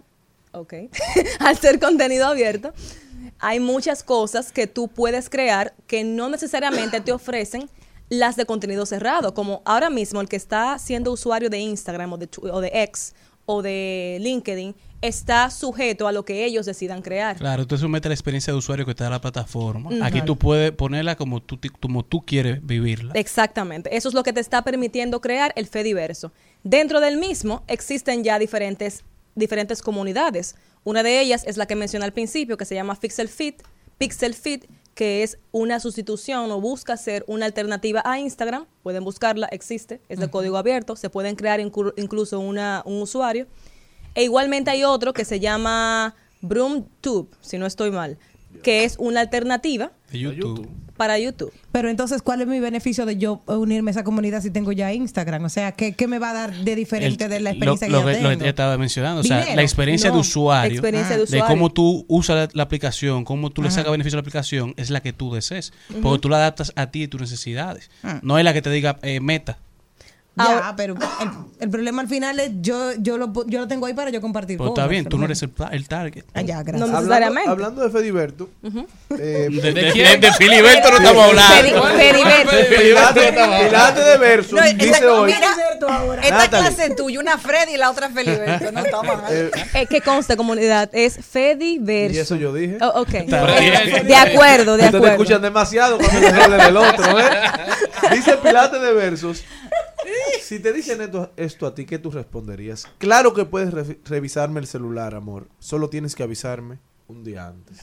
al ser contenido abierto, hay muchas cosas que tú puedes crear que no necesariamente te ofrecen las de contenido cerrado, como ahora mismo el que está siendo usuario de Instagram o de X o de LinkedIn está sujeto a lo que ellos decidan crear. Claro, tú sometes la experiencia de usuario que te da la plataforma. Aquí tú puedes ponerla como tú quieres vivirla. Exactamente. Eso es lo que te está permitiendo crear el Fediverso. Dentro del mismo existen ya diferentes comunidades. Una de ellas es la que mencioné al principio, que se llama Pixel Feed, que es una sustitución o busca ser una alternativa a Instagram. Pueden buscarla, existe, es de código abierto, se pueden crear incluso un usuario. E igualmente hay otro que se llama BroomTube, si no estoy mal, que es una alternativa de YouTube. Para YouTube. Pero entonces, ¿cuál es mi beneficio de yo unirme a esa comunidad si tengo ya Instagram? O sea, ¿qué me va a dar de diferente de la experiencia que yo tengo? Lo que estaba mencionando, o sea, la experiencia de usuario, de cómo tú usas la aplicación, cómo tú le sacas beneficio a la aplicación, es la que tú desees. Porque tú la adaptas a ti y tus necesidades. No es la que te diga meta. Ya, pero el problema al final es yo lo tengo ahí para yo compartir cosas. Está bien, tú no eres el target. Ya, gracias. No necesariamente. Hablando de Fediverso. ¿De quién? De Filiberto no estamos hablando. Pilate de Verso dice hoy. Esta clase tuya, una Freddy y la otra Feliberto. No estamos que conste, comunidad, es Fediverso. Y eso yo dije. Ok. De acuerdo. Ustedes escuchan demasiado cuando les hablan del otro, ¿eh? Dice Pilate de Versos. Si te dicen esto a ti, ¿qué tú responderías? Claro que puedes revisarme el celular, amor. Solo tienes que avisarme un día antes.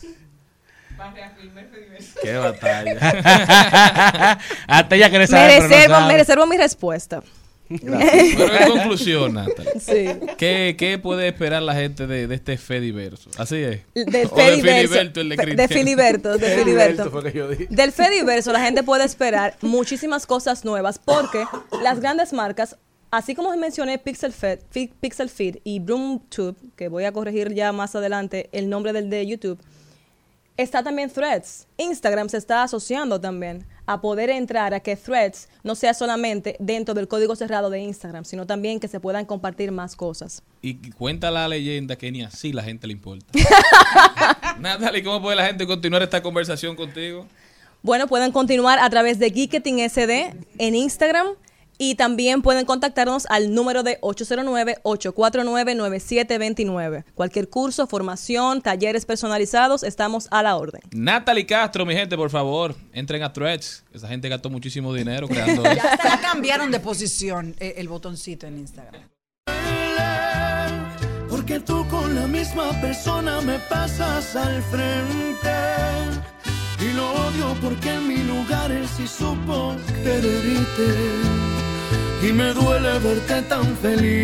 Qué batalla. Hasta ella quiere me reservo mi respuesta. Gracias. Pero en conclusión, Natalia, sí. ¿Qué puede esperar la gente de este Fediverso? Así es. Del Fediverso. De Filiberto. Del Fediverso la gente puede esperar muchísimas cosas nuevas porque las grandes marcas, así como mencioné Pixel Feed y BroomTube, que voy a corregir ya más adelante el nombre del de YouTube, está también Threads. Instagram se está asociando también a poder entrar a que Threads no sea solamente dentro del código cerrado de Instagram, sino también que se puedan compartir más cosas. Y cuenta la leyenda que ni así la gente le importa. Natalie, ¿cómo puede la gente continuar esta conversación contigo? Bueno, pueden continuar a través de Geeketing SD en Instagram, Y también pueden contactarnos al número de 809-849-9729. Cualquier curso, formación, talleres personalizados, estamos a la orden. Natalie Castro, mi gente, por favor, entren a Threads. Esa gente gastó muchísimo dinero creando Ya hasta la cambiaron de posición el botoncito en Instagram. Porque tú con la misma persona me pasas al frente. Y lo odio porque en mi lugar él sí supo quererte. Y me duele verte tan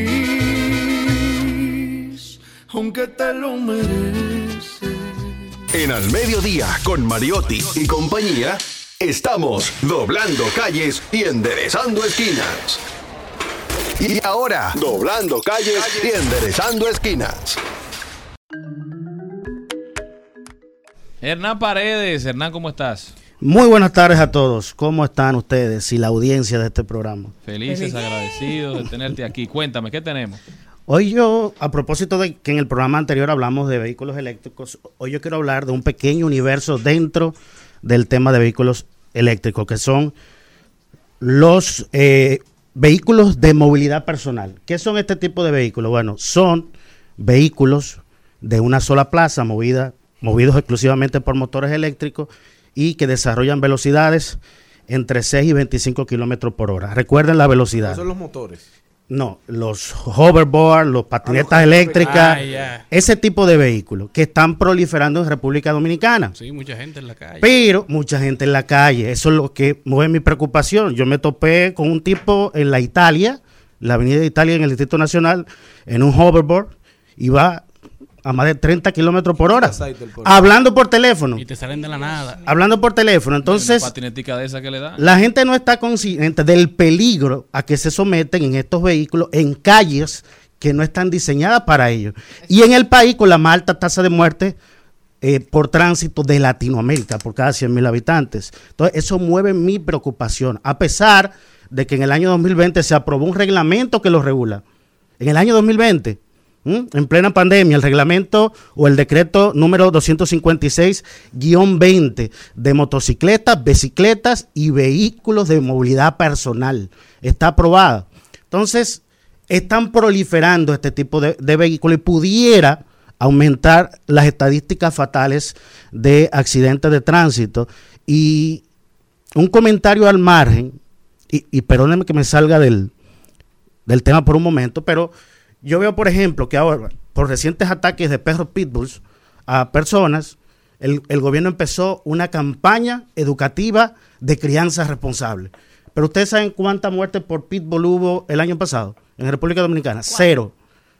feliz, aunque te lo mereces. En Al Mediodía, con Mariotti y compañía, estamos doblando calles y enderezando esquinas. Y ahora, doblando calles y enderezando esquinas. Hernán Paredes. Hernán, ¿cómo estás? Muy buenas tardes a todos. ¿Cómo están ustedes y la audiencia de este programa? Felices, agradecidos de tenerte aquí. Cuéntame, ¿qué tenemos? Hoy yo, a propósito de que en el programa anterior hablamos de vehículos eléctricos, hoy yo quiero hablar de un pequeño universo dentro del tema de vehículos eléctricos, que son los vehículos de movilidad personal. ¿Qué son este tipo de vehículos? Bueno, son vehículos de una sola plaza movidos exclusivamente por motores eléctricos y que desarrollan velocidades entre 6 y 25 kilómetros por hora. Recuerden la velocidad. ¿Esos son los motores? No, los hoverboard, los patinetas eléctricas, ese tipo de vehículos que están proliferando en República Dominicana. Sí, mucha gente en la calle. Pero mucha gente en la calle, eso es lo que mueve mi preocupación. Yo me topé con un tipo en la Italia, la avenida de Italia en el Distrito Nacional, en un hoverboard, y va a más de 30 kilómetros por hora, hablando por teléfono. Y te salen de la nada. Hablando por teléfono. Entonces, una patinetica de esa que le dan. La gente no está consciente del peligro a que se someten en estos vehículos en calles que no están diseñadas para ello. Y en el país con la más alta tasa de muerte por tránsito de Latinoamérica, por cada 100,000 habitantes. Entonces, eso mueve mi preocupación, a pesar de que en el año 2020 se aprobó un reglamento que lo regula. En el año 2020, en plena pandemia, el reglamento o el decreto número 256-20 de motocicletas, bicicletas y vehículos de movilidad personal está aprobado. Entonces, están proliferando este tipo de vehículos y pudiera aumentar las estadísticas fatales de accidentes de tránsito. Y un comentario al margen, y perdónenme que me salga del tema por un momento, pero yo veo, por ejemplo, que ahora, por recientes ataques de perros pitbulls a personas, el gobierno empezó una campaña educativa de crianza responsable. Pero ustedes saben cuántas muertes por pitbull hubo el año pasado en República Dominicana. 0.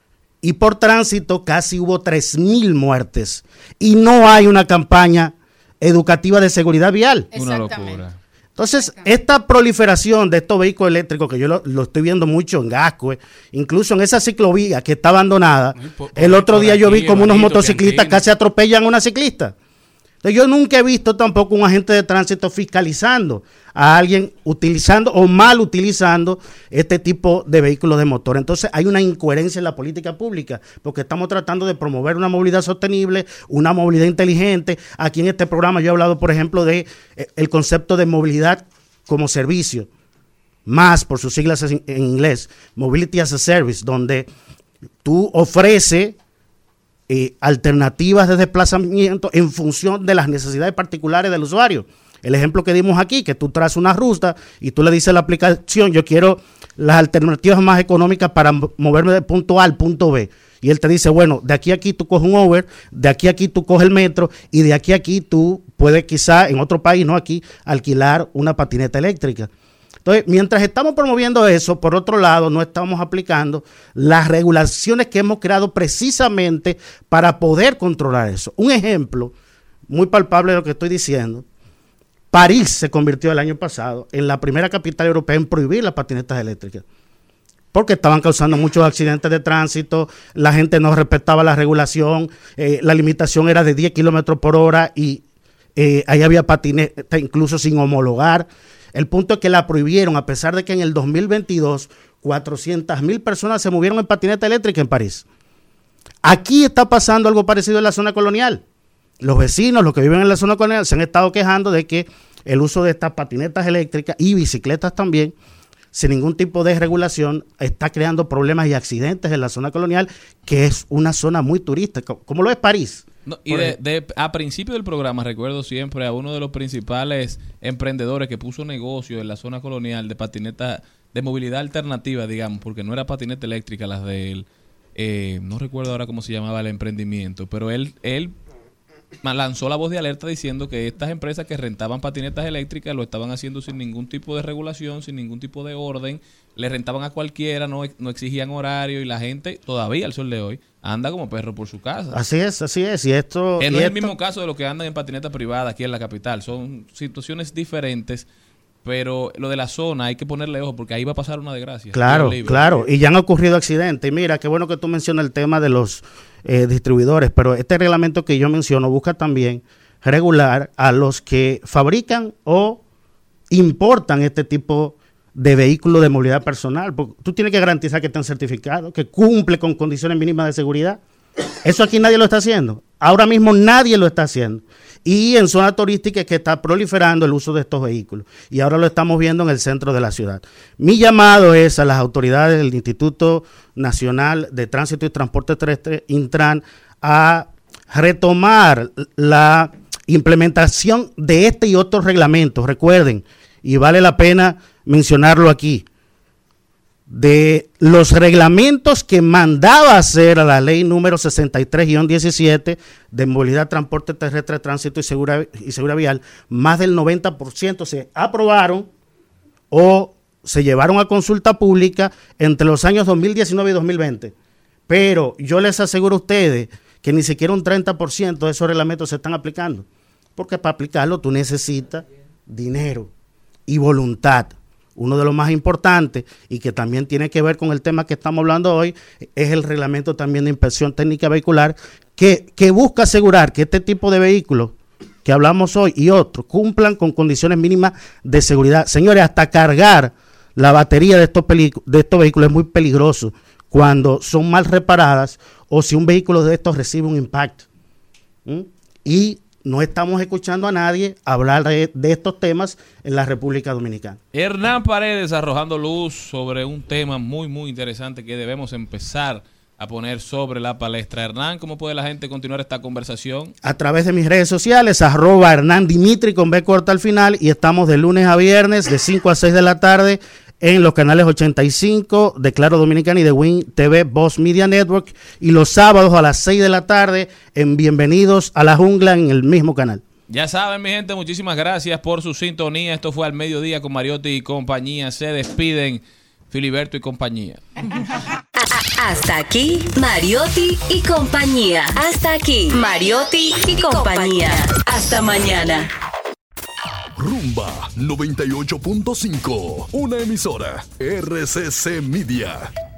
Y por tránsito casi hubo 3,000 muertes. Y no hay una campaña educativa de seguridad vial. Una locura. Entonces, esta proliferación de estos vehículos eléctricos, que yo lo estoy viendo mucho en Gascue, incluso en esa ciclovía que está abandonada, el otro día yo vi como unos motociclistas casi atropellan a una ciclista. Entonces, yo nunca he visto tampoco un agente de tránsito fiscalizando a alguien utilizando o mal utilizando este tipo de vehículos de motor. Entonces, hay una incoherencia en la política pública, porque estamos tratando de promover una movilidad sostenible, una movilidad inteligente. Aquí en este programa yo he hablado, por ejemplo, de el concepto de movilidad como servicio, más por sus siglas en inglés, Mobility as a Service, donde tú ofreces alternativas de desplazamiento en función de las necesidades particulares del usuario. El ejemplo que dimos aquí, que tú traes una ruta y tú le dices a la aplicación, yo quiero las alternativas más económicas para moverme de punto A al punto B. Y él te dice, bueno, de aquí a aquí tú coges un Uber, de aquí a aquí tú coges el metro y de aquí a aquí tú puedes quizá en otro país, no aquí, alquilar una patineta eléctrica. Entonces, mientras estamos promoviendo eso, por otro lado, no estamos aplicando las regulaciones que hemos creado precisamente para poder controlar eso. Un ejemplo muy palpable de lo que estoy diciendo: París se convirtió el año pasado en la primera capital europea en prohibir las patinetas eléctricas, porque estaban causando muchos accidentes de tránsito, la gente no respetaba la regulación, la limitación era de 10 kilómetros por hora y ahí había patinetas incluso sin homologar. El punto es que la prohibieron, a pesar de que en el 2022 400,000 personas se movieron en patineta eléctrica en París. Aquí está pasando algo parecido en la zona colonial. Los vecinos, los que viven en la zona colonial, se han estado quejando de que el uso de estas patinetas eléctricas y bicicletas también sin ningún tipo de regulación, está creando problemas y accidentes en la zona colonial, que es una zona muy turística, como lo es París. No, y a principio del programa recuerdo siempre a uno de los principales emprendedores que puso negocio en la zona colonial de patineta de movilidad alternativa, digamos, porque no era patineta eléctrica las de él. No recuerdo ahora cómo se llamaba el emprendimiento, pero él lanzó la voz de alerta diciendo que estas empresas que rentaban patinetas eléctricas lo estaban haciendo sin ningún tipo de regulación, sin ningún tipo de orden, le rentaban a cualquiera, no exigían horario y la gente todavía al sol de hoy anda como perro por su casa. Así es. Y esto... no es el mismo caso de los que andan en patineta privada aquí en la capital, son situaciones diferentes. Pero lo de la zona hay que ponerle ojo porque ahí va a pasar una desgracia. Claro. Y ya han ocurrido accidentes. Y mira, qué bueno que tú mencionas el tema de los distribuidores, pero este reglamento que yo menciono busca también regular a los que fabrican o importan este tipo de vehículos de movilidad personal. Porque tú tienes que garantizar que estén certificados, que cumple con condiciones mínimas de seguridad. Eso aquí nadie lo está haciendo. Ahora mismo nadie lo está haciendo. Y en zona turística es que está proliferando el uso de estos vehículos. Y ahora lo estamos viendo en el centro de la ciudad. Mi llamado es a las autoridades del Instituto Nacional de Tránsito y Transporte Terrestre, Intran, a retomar la implementación de este y otros reglamentos. Recuerden, y vale la pena mencionarlo aquí, de los reglamentos que mandaba hacer a la ley número 63-17 de movilidad, transporte terrestre, tránsito y seguridad vial, más del 90% se aprobaron o se llevaron a consulta pública entre los años 2019 y 2020. Pero yo les aseguro a ustedes que ni siquiera un 30% de esos reglamentos se están aplicando, porque para aplicarlo tú necesitas dinero y voluntad. Uno de los más importantes y que también tiene que ver con el tema que estamos hablando hoy es el reglamento también de inspección técnica vehicular que busca asegurar que este tipo de vehículos que hablamos hoy y otros cumplan con condiciones mínimas de seguridad. Señores, hasta cargar la batería de estos vehículos es muy peligroso cuando son mal reparadas o si un vehículo de estos recibe un impacto. Y no estamos escuchando a nadie hablar de estos temas en la República Dominicana. Hernán Paredes arrojando luz sobre un tema muy, muy interesante que debemos empezar a poner sobre la palestra. Hernán, ¿cómo puede la gente continuar esta conversación? A través de mis redes sociales, @Hernán Dimitri con B corta al final, y estamos de lunes a viernes de 5 a 6 de la tarde en los canales 85 de Claro Dominicana y de Win TV Voz Media Network, y los sábados a las 6 de la tarde en Bienvenidos a la Jungla en el mismo canal. Ya saben, mi gente, muchísimas gracias por su sintonía. Esto fue Al Mediodía con Mariotti y compañía. Se despiden Filiberto y compañía. Hasta aquí, Mariotti y compañía. Hasta aquí, Mariotti y compañía. Hasta mañana. Rumba 98.5, una emisora RCC Media.